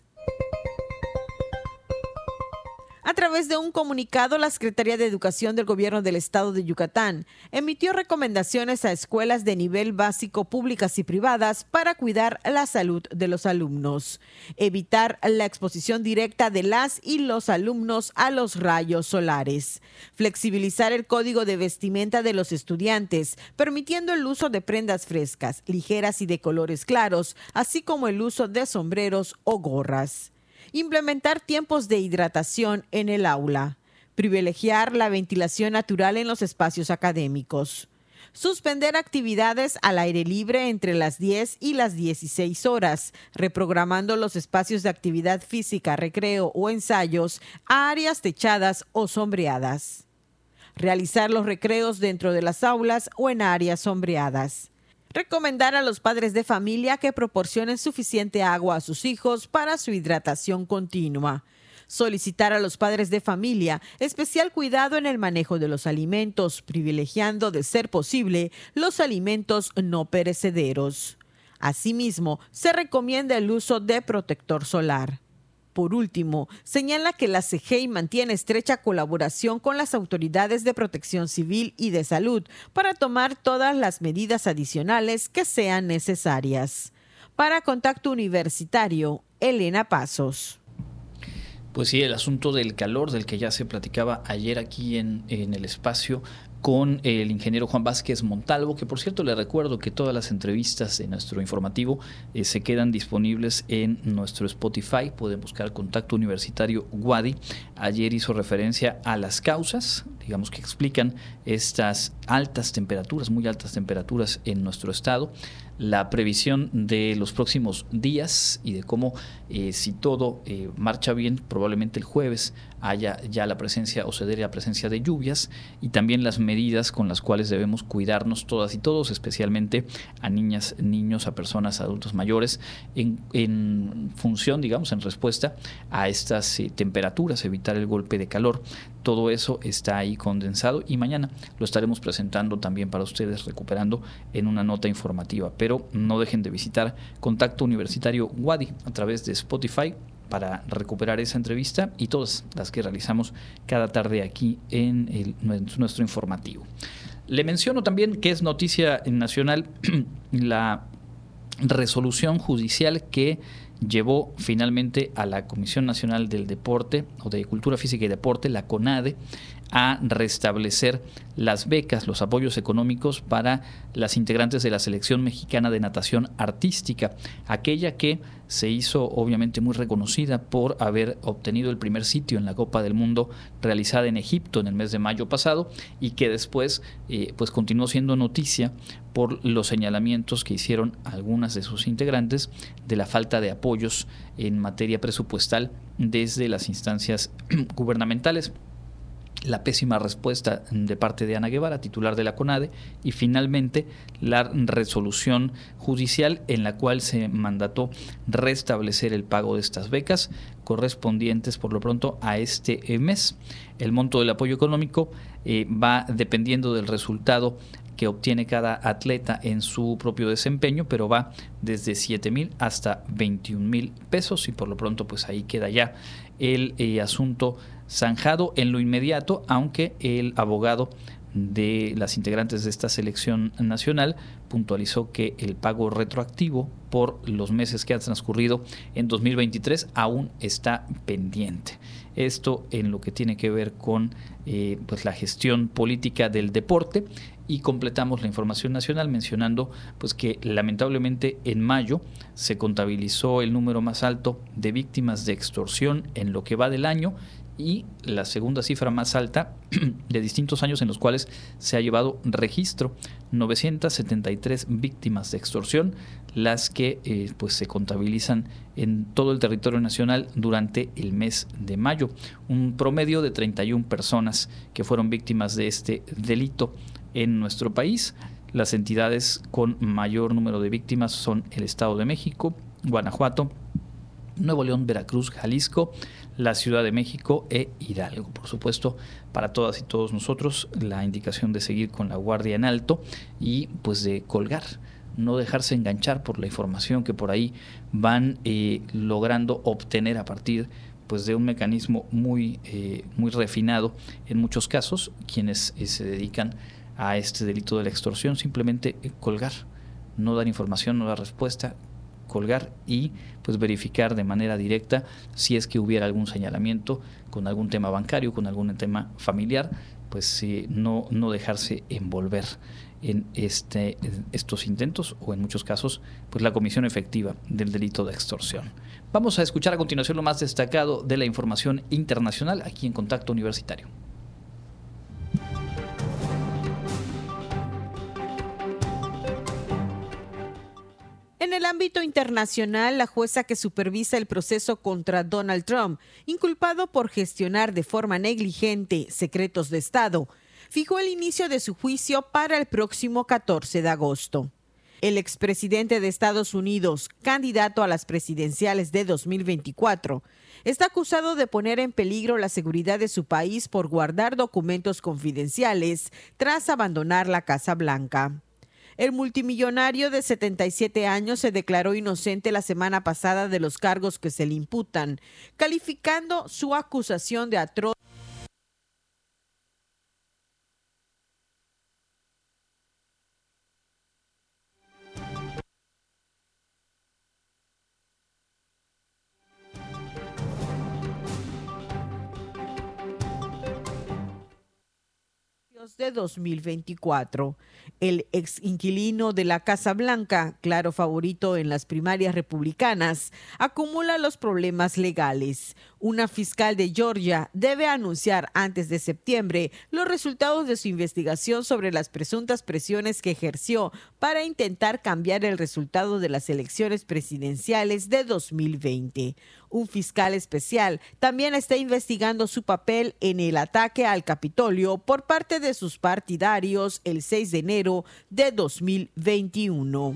A través de un comunicado, la Secretaría de Educación del Gobierno del Estado de Yucatán emitió recomendaciones a escuelas de nivel básico públicas y privadas para cuidar la salud de los alumnos, evitar la exposición directa de las y los alumnos a los rayos solares, flexibilizar el código de vestimenta de los estudiantes, permitiendo el uso de prendas frescas, ligeras y de colores claros, así como el uso de sombreros o gorras. Implementar tiempos de hidratación en el aula, privilegiar la ventilación natural en los espacios académicos, Suspender actividades al aire libre entre las diez y las dieciséis horas, reprogramando los espacios de actividad física, recreo o ensayos a áreas techadas o sombreadas. Realizar los recreos dentro de las aulas o en áreas sombreadas. Recomendar a los padres de familia que proporcionen suficiente agua a sus hijos para su hidratación continua. Solicitar a los padres de familia especial cuidado en el manejo de los alimentos, privilegiando, de ser posible, los alimentos no perecederos. Asimismo, se recomienda el uso de protector solar. Por último, señala que la C G E I mantiene estrecha colaboración con las autoridades de protección civil y de salud para tomar todas las medidas adicionales que sean necesarias. Para Contacto Universitario, Elena Pasos. Pues sí, el asunto del calor, del que ya se platicaba ayer aquí en, en el espacio, con el ingeniero Juan Vázquez Montalvo, que por cierto le recuerdo que todas las entrevistas de nuestro informativo eh, se quedan disponibles en nuestro Spotify. Pueden buscar Contacto Universitario Wadi. Ayer hizo referencia a las causas, digamos, que explican estas altas temperaturas, muy altas temperaturas en nuestro estado, la previsión de los próximos días y de cómo eh, si todo eh, marcha bien, probablemente el jueves haya ya la presencia o se dé la presencia de lluvias, y también las medidas con las cuales debemos cuidarnos todas y todos, especialmente a niñas, niños, a personas, adultos mayores, en, en función, digamos, en respuesta a estas eh, temperaturas, evitar el golpe de calor. Todo eso está ahí condensado y mañana lo estaremos presentando también para ustedes, recuperando en una nota informativa. Pero no dejen de visitar Contacto Universitario Wadi a través de Spotify para recuperar esa entrevista y todas las que realizamos cada tarde aquí en, el, en nuestro informativo. Le menciono también que es noticia nacional la resolución judicial que llevó finalmente a la Comisión Nacional del Deporte o de Cultura Física y Deporte, la CONADE, a restablecer las becas, los apoyos económicos para las integrantes de la Selección Mexicana de Natación Artística, aquella que se hizo obviamente muy reconocida por haber obtenido el primer sitio en la Copa del Mundo realizada en Egipto en el mes de mayo pasado, y que después eh, pues continuó siendo noticia por los señalamientos que hicieron algunas de sus integrantes de la falta de apoyos en materia presupuestal desde las instancias gubernamentales, la pésima respuesta de parte de Ana Guevara, titular de la CONADE, y finalmente la resolución judicial en la cual se mandató restablecer el pago de estas becas correspondientes por lo pronto a este mes. El monto del apoyo económico eh, va dependiendo del resultado que obtiene cada atleta en su propio desempeño, pero va desde siete mil hasta veintiún mil pesos, y por lo pronto pues ahí queda ya el eh, asunto zanjado en lo inmediato, aunque el abogado de las integrantes de esta selección nacional puntualizó que el pago retroactivo por los meses que han transcurrido en dos mil veintitrés aún está pendiente. Esto en lo que tiene que ver con eh, pues la gestión política del deporte. Y completamos la información nacional mencionando pues que lamentablemente en mayo se contabilizó el número más alto de víctimas de extorsión en lo que va del año, y la segunda cifra más alta de distintos años en los cuales se ha llevado registro: novecientas setenta y tres víctimas de extorsión, las que eh, pues se contabilizan en todo el territorio nacional durante el mes de mayo. Un promedio de treinta y una personas que fueron víctimas de este delito en nuestro país. Las entidades con mayor número de víctimas son el Estado de México, Guanajuato, Nuevo León, Veracruz, Jalisco, la Ciudad de México e Hidalgo. Por supuesto, para todas y todos nosotros, la indicación de seguir con la guardia en alto y pues de colgar, no dejarse enganchar por la información que por ahí van eh, logrando obtener a partir pues de un mecanismo muy, eh, muy refinado en muchos casos. Quienes eh, se dedican a este delito de la extorsión, simplemente eh, colgar, no dar información, no dar respuesta, colgar y pues verificar de manera directa si es que hubiera algún señalamiento con algún tema bancario, con algún tema familiar, pues eh, no, no dejarse envolver en este, en estos intentos, o en muchos casos pues la comisión efectiva del delito de extorsión. Vamos a escuchar a continuación lo más destacado de la información internacional aquí en Contacto Universitario. En el ámbito internacional, la jueza que supervisa el proceso contra Donald Trump, inculpado por gestionar de forma negligente secretos de Estado, fijó el inicio de su juicio para el próximo catorce de agosto. El expresidente de Estados Unidos, candidato a las presidenciales de dos mil veinticuatro, está acusado de poner en peligro la seguridad de su país por guardar documentos confidenciales tras abandonar la Casa Blanca. El multimillonario de setenta y siete años se declaró inocente la semana pasada de los cargos que se le imputan, calificando su acusación de atroz. de dos mil veinticuatro. El ex inquilino de la Casa Blanca, claro favorito en las primarias republicanas, acumula los problemas legales. Una fiscal de Georgia debe anunciar antes de septiembre los resultados de su investigación sobre las presuntas presiones que ejerció para intentar cambiar el resultado de las elecciones presidenciales de dos mil veinte. Un fiscal especial también está investigando su papel en el ataque al Capitolio por parte de sus partidarios el seis de enero de dos mil veintiuno.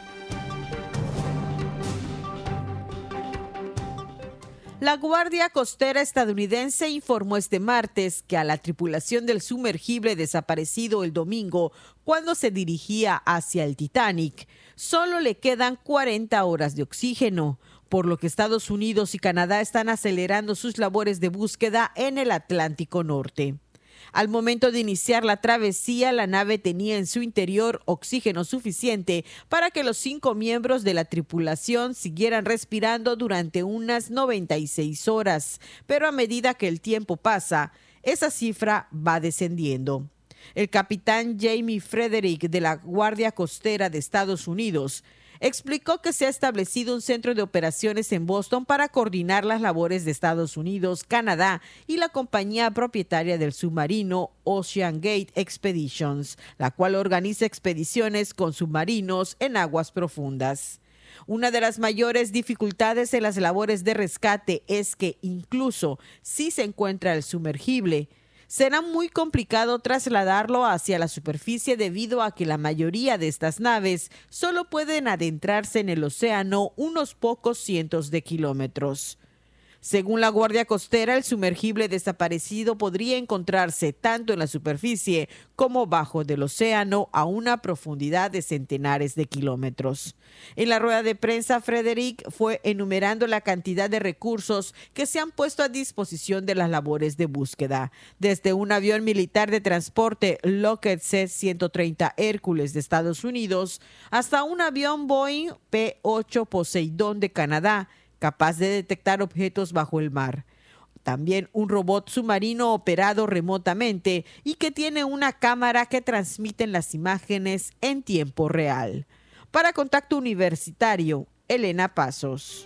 La Guardia Costera estadounidense informó este martes que a la tripulación del sumergible desaparecido el domingo cuando se dirigía hacia el Titanic solo le quedan cuarenta horas de oxígeno, por lo que Estados Unidos y Canadá están acelerando sus labores de búsqueda en el Atlántico Norte. Al momento de iniciar la travesía, la nave tenía en su interior oxígeno suficiente para que los cinco miembros de la tripulación siguieran respirando durante unas noventa y seis horas, pero a medida que el tiempo pasa, esa cifra va descendiendo. El capitán Jamie Frederick de la Guardia Costera de Estados Unidos explicó que se ha establecido un centro de operaciones en Boston para coordinar las labores de Estados Unidos, Canadá y la compañía propietaria del submarino Ocean Gate Expeditions, la cual organiza expediciones con submarinos en aguas profundas. Una de las mayores dificultades en las labores de rescate es que incluso si se encuentra el sumergible, será muy complicado trasladarlo hacia la superficie debido a que la mayoría de estas naves solo pueden adentrarse en el océano unos pocos cientos de kilómetros. Según la Guardia Costera, el sumergible desaparecido podría encontrarse tanto en la superficie como bajo del océano a una profundidad de centenares de kilómetros. En la rueda de prensa, Frederick fue enumerando la cantidad de recursos que se han puesto a disposición de las labores de búsqueda, desde un avión militar de transporte Lockheed C ciento treinta Hércules de Estados Unidos hasta un avión Boeing P ocho Poseidón de Canadá, capaz de detectar objetos bajo el mar. También un robot submarino operado remotamente y que tiene una cámara que transmite las imágenes en tiempo real. Para Contacto Universitario, Elena Pasos.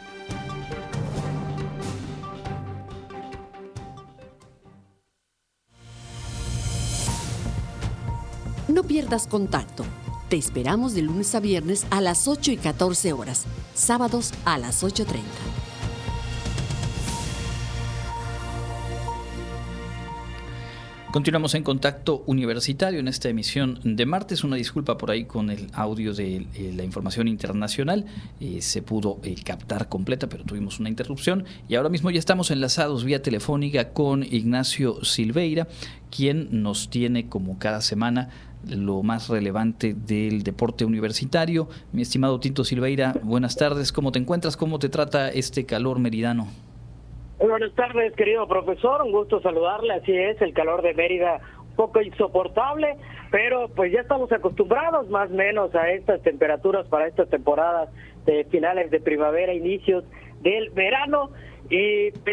No pierdas contacto. Te esperamos de lunes a viernes a las ocho y catorce horas, sábados a las ocho treinta. Continuamos en Contacto Universitario en esta emisión de martes. Una disculpa por ahí con el audio de eh, la información internacional. Eh, se pudo eh, captar completa, pero tuvimos una interrupción. Y ahora mismo ya estamos enlazados vía telefónica con Ignacio Silveira, quien nos tiene como cada semana lo más relevante del deporte universitario. Mi estimado Tito Silveira, buenas tardes. ¿Cómo te encuentras? ¿Cómo te trata este calor meridano? Buenas tardes, querido profesor. Un gusto saludarle. Así es, el calor de Mérida un poco insoportable, pero pues ya estamos acostumbrados más o menos a estas temperaturas para estas temporadas de finales de primavera, inicios del verano. Y pues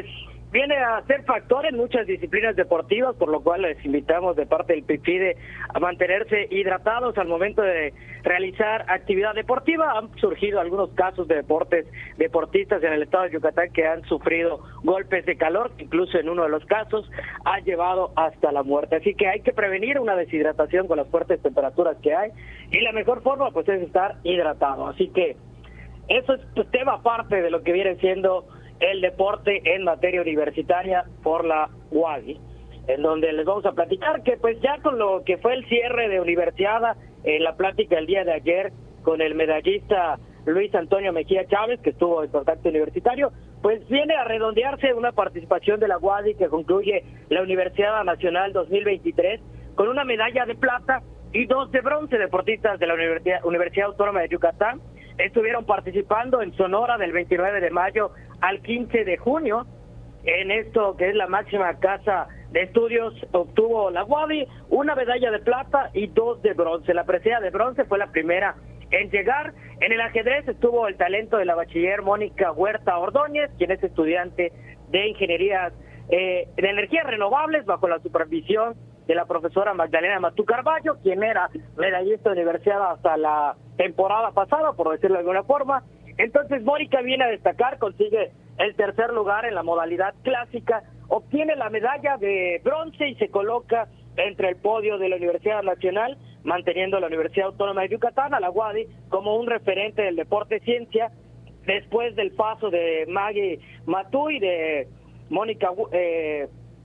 viene a ser factor en muchas disciplinas deportivas, por lo cual les invitamos de parte del PIPIDE a mantenerse hidratados al momento de realizar actividad deportiva. Han surgido algunos casos de deportes, deportistas en el estado de Yucatán que han sufrido golpes de calor, incluso en uno de los casos ha llevado hasta la muerte. Así que hay que prevenir una deshidratación con las fuertes temperaturas que hay, y la mejor forma pues es estar hidratado. Así que eso es pues, tema aparte de lo que viene siendo el deporte en materia universitaria por la U A D Y, en donde les vamos a platicar que pues ya con lo que fue el cierre de Universiada, en la plática el día de ayer con el medallista Luis Antonio Mejía Chávez, que estuvo en Contacto Universitario, pues viene a redondearse una participación de la U A D Y que concluye la Universiada Nacional dos mil veintitrés con una medalla de plata y dos de bronce. Deportistas de la Universidad, Universidad Autónoma de Yucatán estuvieron participando en Sonora del veintinueve de mayo al quince de junio. En esto que es la máxima casa de estudios, obtuvo la U A D Y una medalla de plata y dos de bronce. La presea de bronce fue la primera en llegar. En el ajedrez estuvo el talento de la bachiller Mónica Huerta Ordóñez, quien es estudiante de ingeniería eh, de energías renovables bajo la supervisión de la profesora Magdalena Matú Carballo, quien era medallista de universidad hasta la temporada pasada, por decirlo de alguna forma. Entonces Mónica viene a destacar, consigue el tercer lugar en la modalidad clásica, obtiene la medalla de bronce y se coloca entre el podio de la Universidad Nacional, manteniendo a la Universidad Autónoma de Yucatán, a la U A D Y, como un referente del deporte ciencia, después del paso de Maggie Matú y de Mónica eh,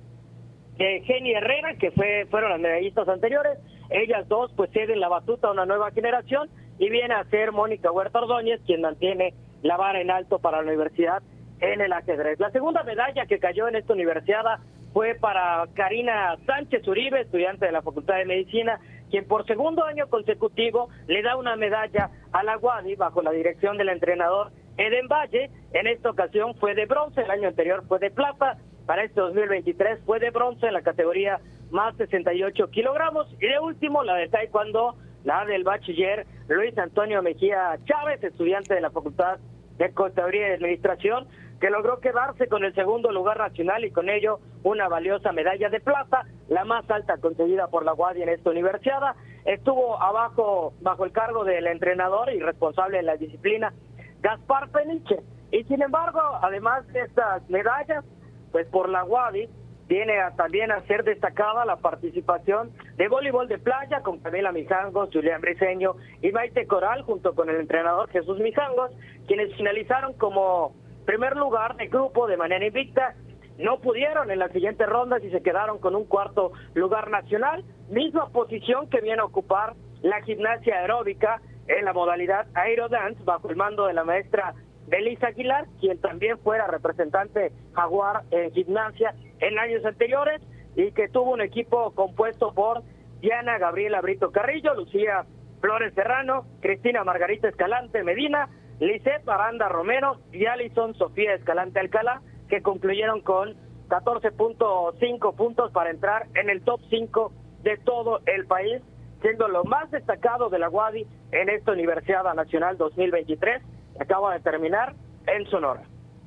de Jenny Herrera, que fue fueron las medallistas anteriores. Ellas dos pues ceden la batuta a una nueva generación y viene a ser Mónica Huerta Ordóñez quien mantiene la vara en alto para la universidad en el ajedrez. La segunda medalla que cayó en esta universidad fue para Karina Sánchez Uribe, estudiante de la Facultad de Medicina, quien por segundo año consecutivo le da una medalla a la U A D Y bajo la dirección del entrenador Eden Valle. En esta ocasión fue de bronce, el año anterior fue de plata. Para este dos mil veintitrés fue de bronce en la categoría más sesenta y ocho kilogramos. Y de último, la de taekwondo, la del bachiller Luis Antonio Mejía Chávez, estudiante de la Facultad de Contaduría y Administración, que logró quedarse con el segundo lugar nacional y con ello una valiosa medalla de plata, la más alta conseguida por la U A D Y en esta universidad. Estuvo abajo, bajo el cargo del entrenador y responsable de la disciplina, Gaspar Peniche. Y sin embargo, además de estas medallas, pues por la U A D Y viene a, también a ser destacada la participación de voleibol de playa con Camila Mijangos, Julián Briceño y Maite Coral, junto con el entrenador Jesús Mijangos, quienes finalizaron como primer lugar de grupo de manera invicta. No pudieron en las siguientes rondas y se quedaron con un cuarto lugar nacional, misma posición que viene a ocupar la gimnasia aeróbica en la modalidad aerodance bajo el mando de la maestra Belisa Aguilar, quien también fuera representante jaguar en gimnasia en años anteriores y que tuvo un equipo compuesto por Diana Gabriela Brito Carrillo, Lucía Flores Serrano, Cristina Margarita Escalante Medina, Lisette Aranda Romero y Alison Sofía Escalante Alcalá, que concluyeron con catorce punto cinco puntos para entrar en el top cinco de todo el país, siendo lo más destacado de la U A D Y en esta Universidad Nacional dos mil veintitrés, que acaba de terminar en Sonora.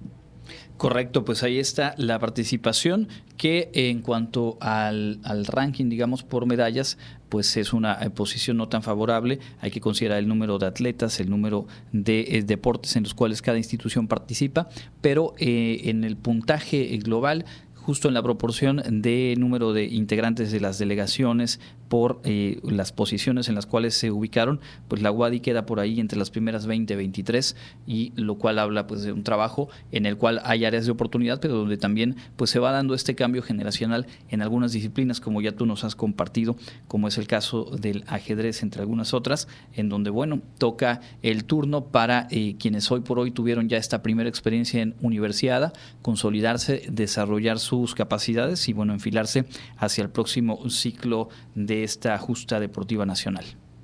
Correcto, pues ahí está la participación que en cuanto al, al ranking, digamos, por medallas, pues es una posición no tan favorable. Hay que considerar el número de atletas, el número de eh, deportes en los cuales cada institución participa, pero eh, en el puntaje global, justo en la proporción de número de integrantes de las delegaciones por eh, las posiciones en las cuales se ubicaron, pues la U A D Y queda por ahí entre las primeras veinte, veintitrés, y lo cual habla pues de un trabajo en el cual hay áreas de oportunidad, pero donde también pues se va dando este cambio generacional en algunas disciplinas, como ya tú nos has compartido, como es el caso del ajedrez, entre algunas otras, en donde, bueno, toca el turno para eh, quienes hoy por hoy tuvieron ya esta primera experiencia en universidad, consolidarse, desarrollar sus capacidades y, bueno, enfilarse hacia el próximo ciclo de esta justa deportiva nacional.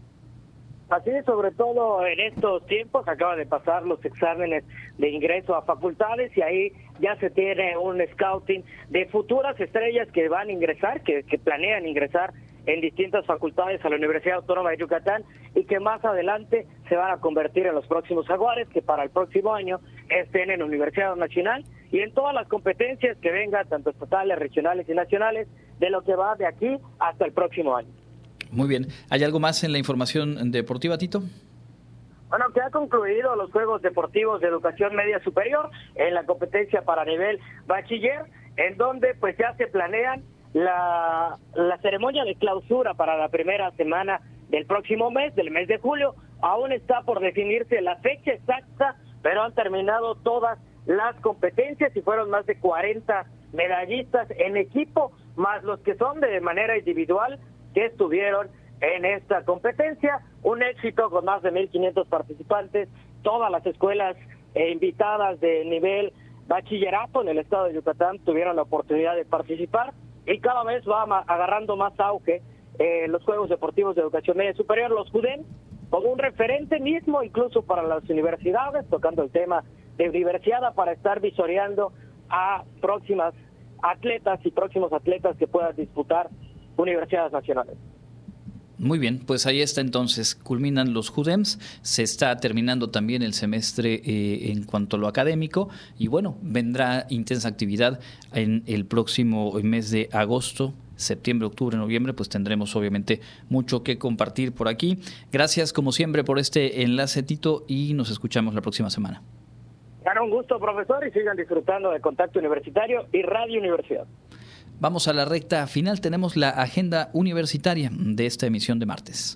Así es, sobre todo en estos tiempos, acaban de pasar los exámenes de ingreso a facultades y ahí ya se tiene un scouting de futuras estrellas que van a ingresar, que, que planean ingresar en distintas facultades a la Universidad Autónoma de Yucatán y que más adelante se van a convertir en los próximos jaguares, que para el próximo año estén en la Universidad Nacional y en todas las competencias que vengan, tanto estatales, regionales y nacionales, de lo que va de aquí hasta el próximo año. Muy bien. ¿Hay algo más en la información deportiva, Tito? Bueno, que ha concluido los Juegos Deportivos de Educación Media Superior en la competencia para nivel bachiller, en donde pues ya se planean la, la ceremonia de clausura para la primera semana del próximo mes, del mes de julio. Aún está por definirse la fecha exacta, pero han terminado todas las competencias y fueron más de cuarenta medallistas en equipo, más los que son de manera individual que estuvieron en esta competencia. Un éxito con más de mil quinientos participantes, todas las escuelas eh, invitadas de nivel bachillerato en el estado de Yucatán tuvieron la oportunidad de participar, y cada vez va ma- agarrando más auge eh, los Juegos Deportivos de Educación Media Superior, los JUDEM, como un referente mismo incluso para las universidades, tocando el tema de universidad para estar visoreando a próximas atletas y próximos atletas que puedan disputar universidades nacionales. Muy bien, pues ahí está entonces, culminan los JUDEMs, se está terminando también el semestre eh, en cuanto a lo académico, y bueno, vendrá intensa actividad en el próximo mes de agosto, septiembre, octubre, noviembre, pues tendremos obviamente mucho que compartir por aquí. Gracias como siempre por este enlace, Tito, y nos escuchamos la próxima semana. Era un gusto, profesor, y sigan disfrutando de Contacto Universitario y Radio Universidad. Vamos a la recta final, tenemos la agenda universitaria de esta emisión de martes.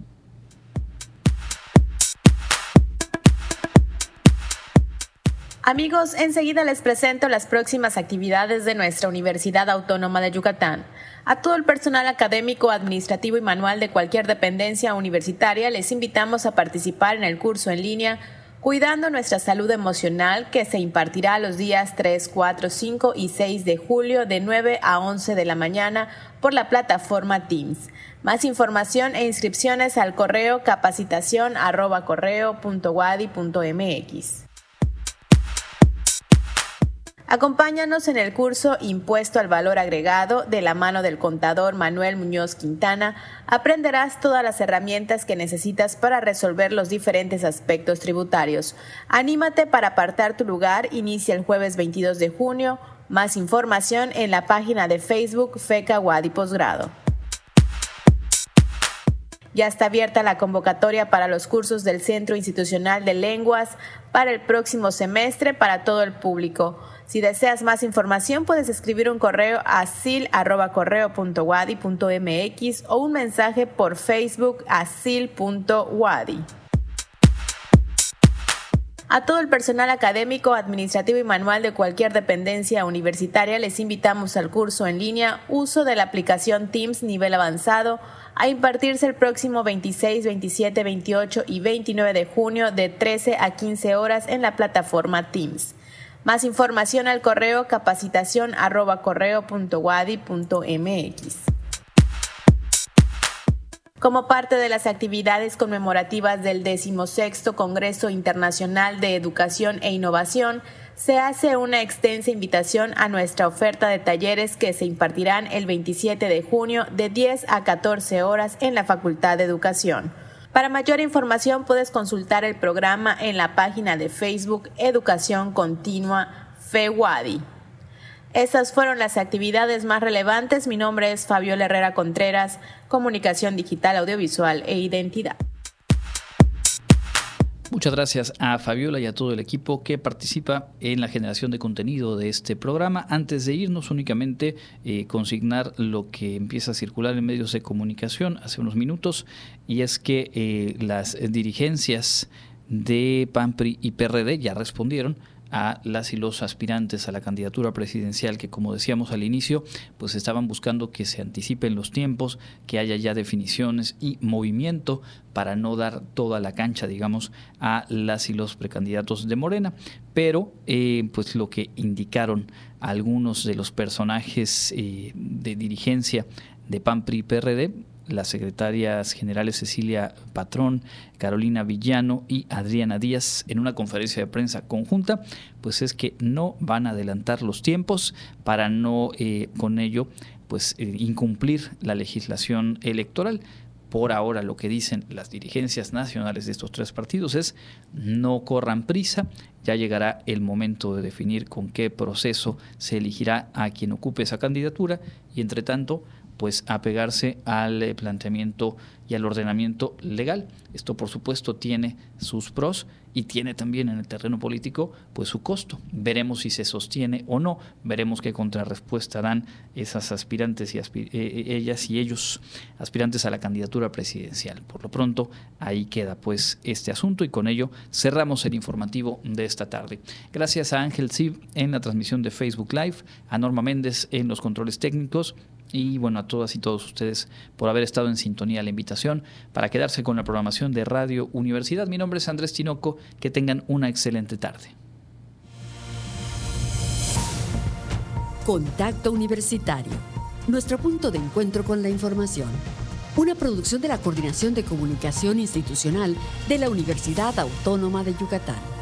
Amigos, enseguida les presento las próximas actividades de nuestra Universidad Autónoma de Yucatán. A todo el personal académico, administrativo y manual de cualquier dependencia universitaria les invitamos a participar en el curso en línea Cuidando nuestra salud emocional, que se impartirá los días tres, cuatro, cinco y seis de julio de nueve a once de la mañana por la plataforma Teams. Más información e inscripciones al correo capacitación arroba correo punto wadi punto mx. Acompáñanos en el curso Impuesto al Valor Agregado de la mano del contador Manuel Muñoz Quintana. Aprenderás todas las herramientas que necesitas para resolver los diferentes aspectos tributarios. Anímate para apartar tu lugar. Inicia el jueves veintidós de junio. Más información en la página de Facebook FECA Wadi Posgrado. Ya está abierta la convocatoria para los cursos del Centro Institucional de Lenguas para el próximo semestre para todo el público. Si deseas más información, puedes escribir un correo a sil arroba correo punto wadi punto mx o un mensaje por Facebook a sil punto wadi. A todo el personal académico, administrativo y manual de cualquier dependencia universitaria les invitamos al curso en línea Uso de la aplicación Teams nivel avanzado, a impartirse el próximo veintiséis, veintisiete, veintiocho y veintinueve de junio de trece a quince horas en la plataforma Teams. Más información al correo capacitación arroba correo punto wadi punto mx. Como parte de las actividades conmemorativas del decimosexto Congreso Internacional de Educación e Innovación, se hace una extensa invitación a nuestra oferta de talleres que se impartirán el veintisiete de junio de diez a catorce horas en la Facultad de Educación. Para mayor información puedes consultar el programa en la página de Facebook Educación Continua FEWADI. Estas fueron las actividades más relevantes. Mi nombre es Fabiola Herrera Contreras, Comunicación Digital, Audiovisual e Identidad. Muchas gracias a Fabiola y a todo el equipo que participa en la generación de contenido de este programa. Antes de irnos, únicamente eh, consignar lo que empieza a circular en medios de comunicación hace unos minutos, y es que eh, las dirigencias de P A N, P R I y P R D ya respondieron a las y los aspirantes a la candidatura presidencial que, como decíamos al inicio, pues estaban buscando que se anticipen los tiempos, que haya ya definiciones y movimiento para no dar toda la cancha, digamos, a las y los precandidatos de Morena. Pero eh, pues lo que indicaron algunos de los personajes eh, de dirigencia de P A N, P R I y P R D, las secretarias generales Cecilia Patrón, Carolina Villano y Adriana Díaz, en una conferencia de prensa conjunta, pues es que no van a adelantar los tiempos para no eh, con ello pues eh, incumplir la legislación electoral. Por ahora lo que dicen las dirigencias nacionales de estos tres partidos es no corran prisa, ya llegará el momento de definir con qué proceso se elegirá a quien ocupe esa candidatura y entre tanto pues apegarse al eh, planteamiento y al ordenamiento legal. Esto por supuesto tiene sus pros y tiene también en el terreno político pues su costo. Veremos si se sostiene o no, veremos qué contrarrespuesta dan esas aspirantes y aspi- eh, ellas y ellos aspirantes a la candidatura presidencial. Por lo pronto ahí queda pues este asunto y con ello cerramos el informativo de esta tarde. Gracias a Ángel Cib en la transmisión de Facebook Live, a Norma Méndez en los controles técnicos y bueno, a todas y todos ustedes por haber estado en sintonía. La invitación para quedarse con la programación de Radio Universidad. Mi nombre es Andrés Tinoco, que tengan una excelente tarde. Contacto Universitario, nuestro punto de encuentro con la información. Una producción de la Coordinación de Comunicación Institucional de la Universidad Autónoma de Yucatán.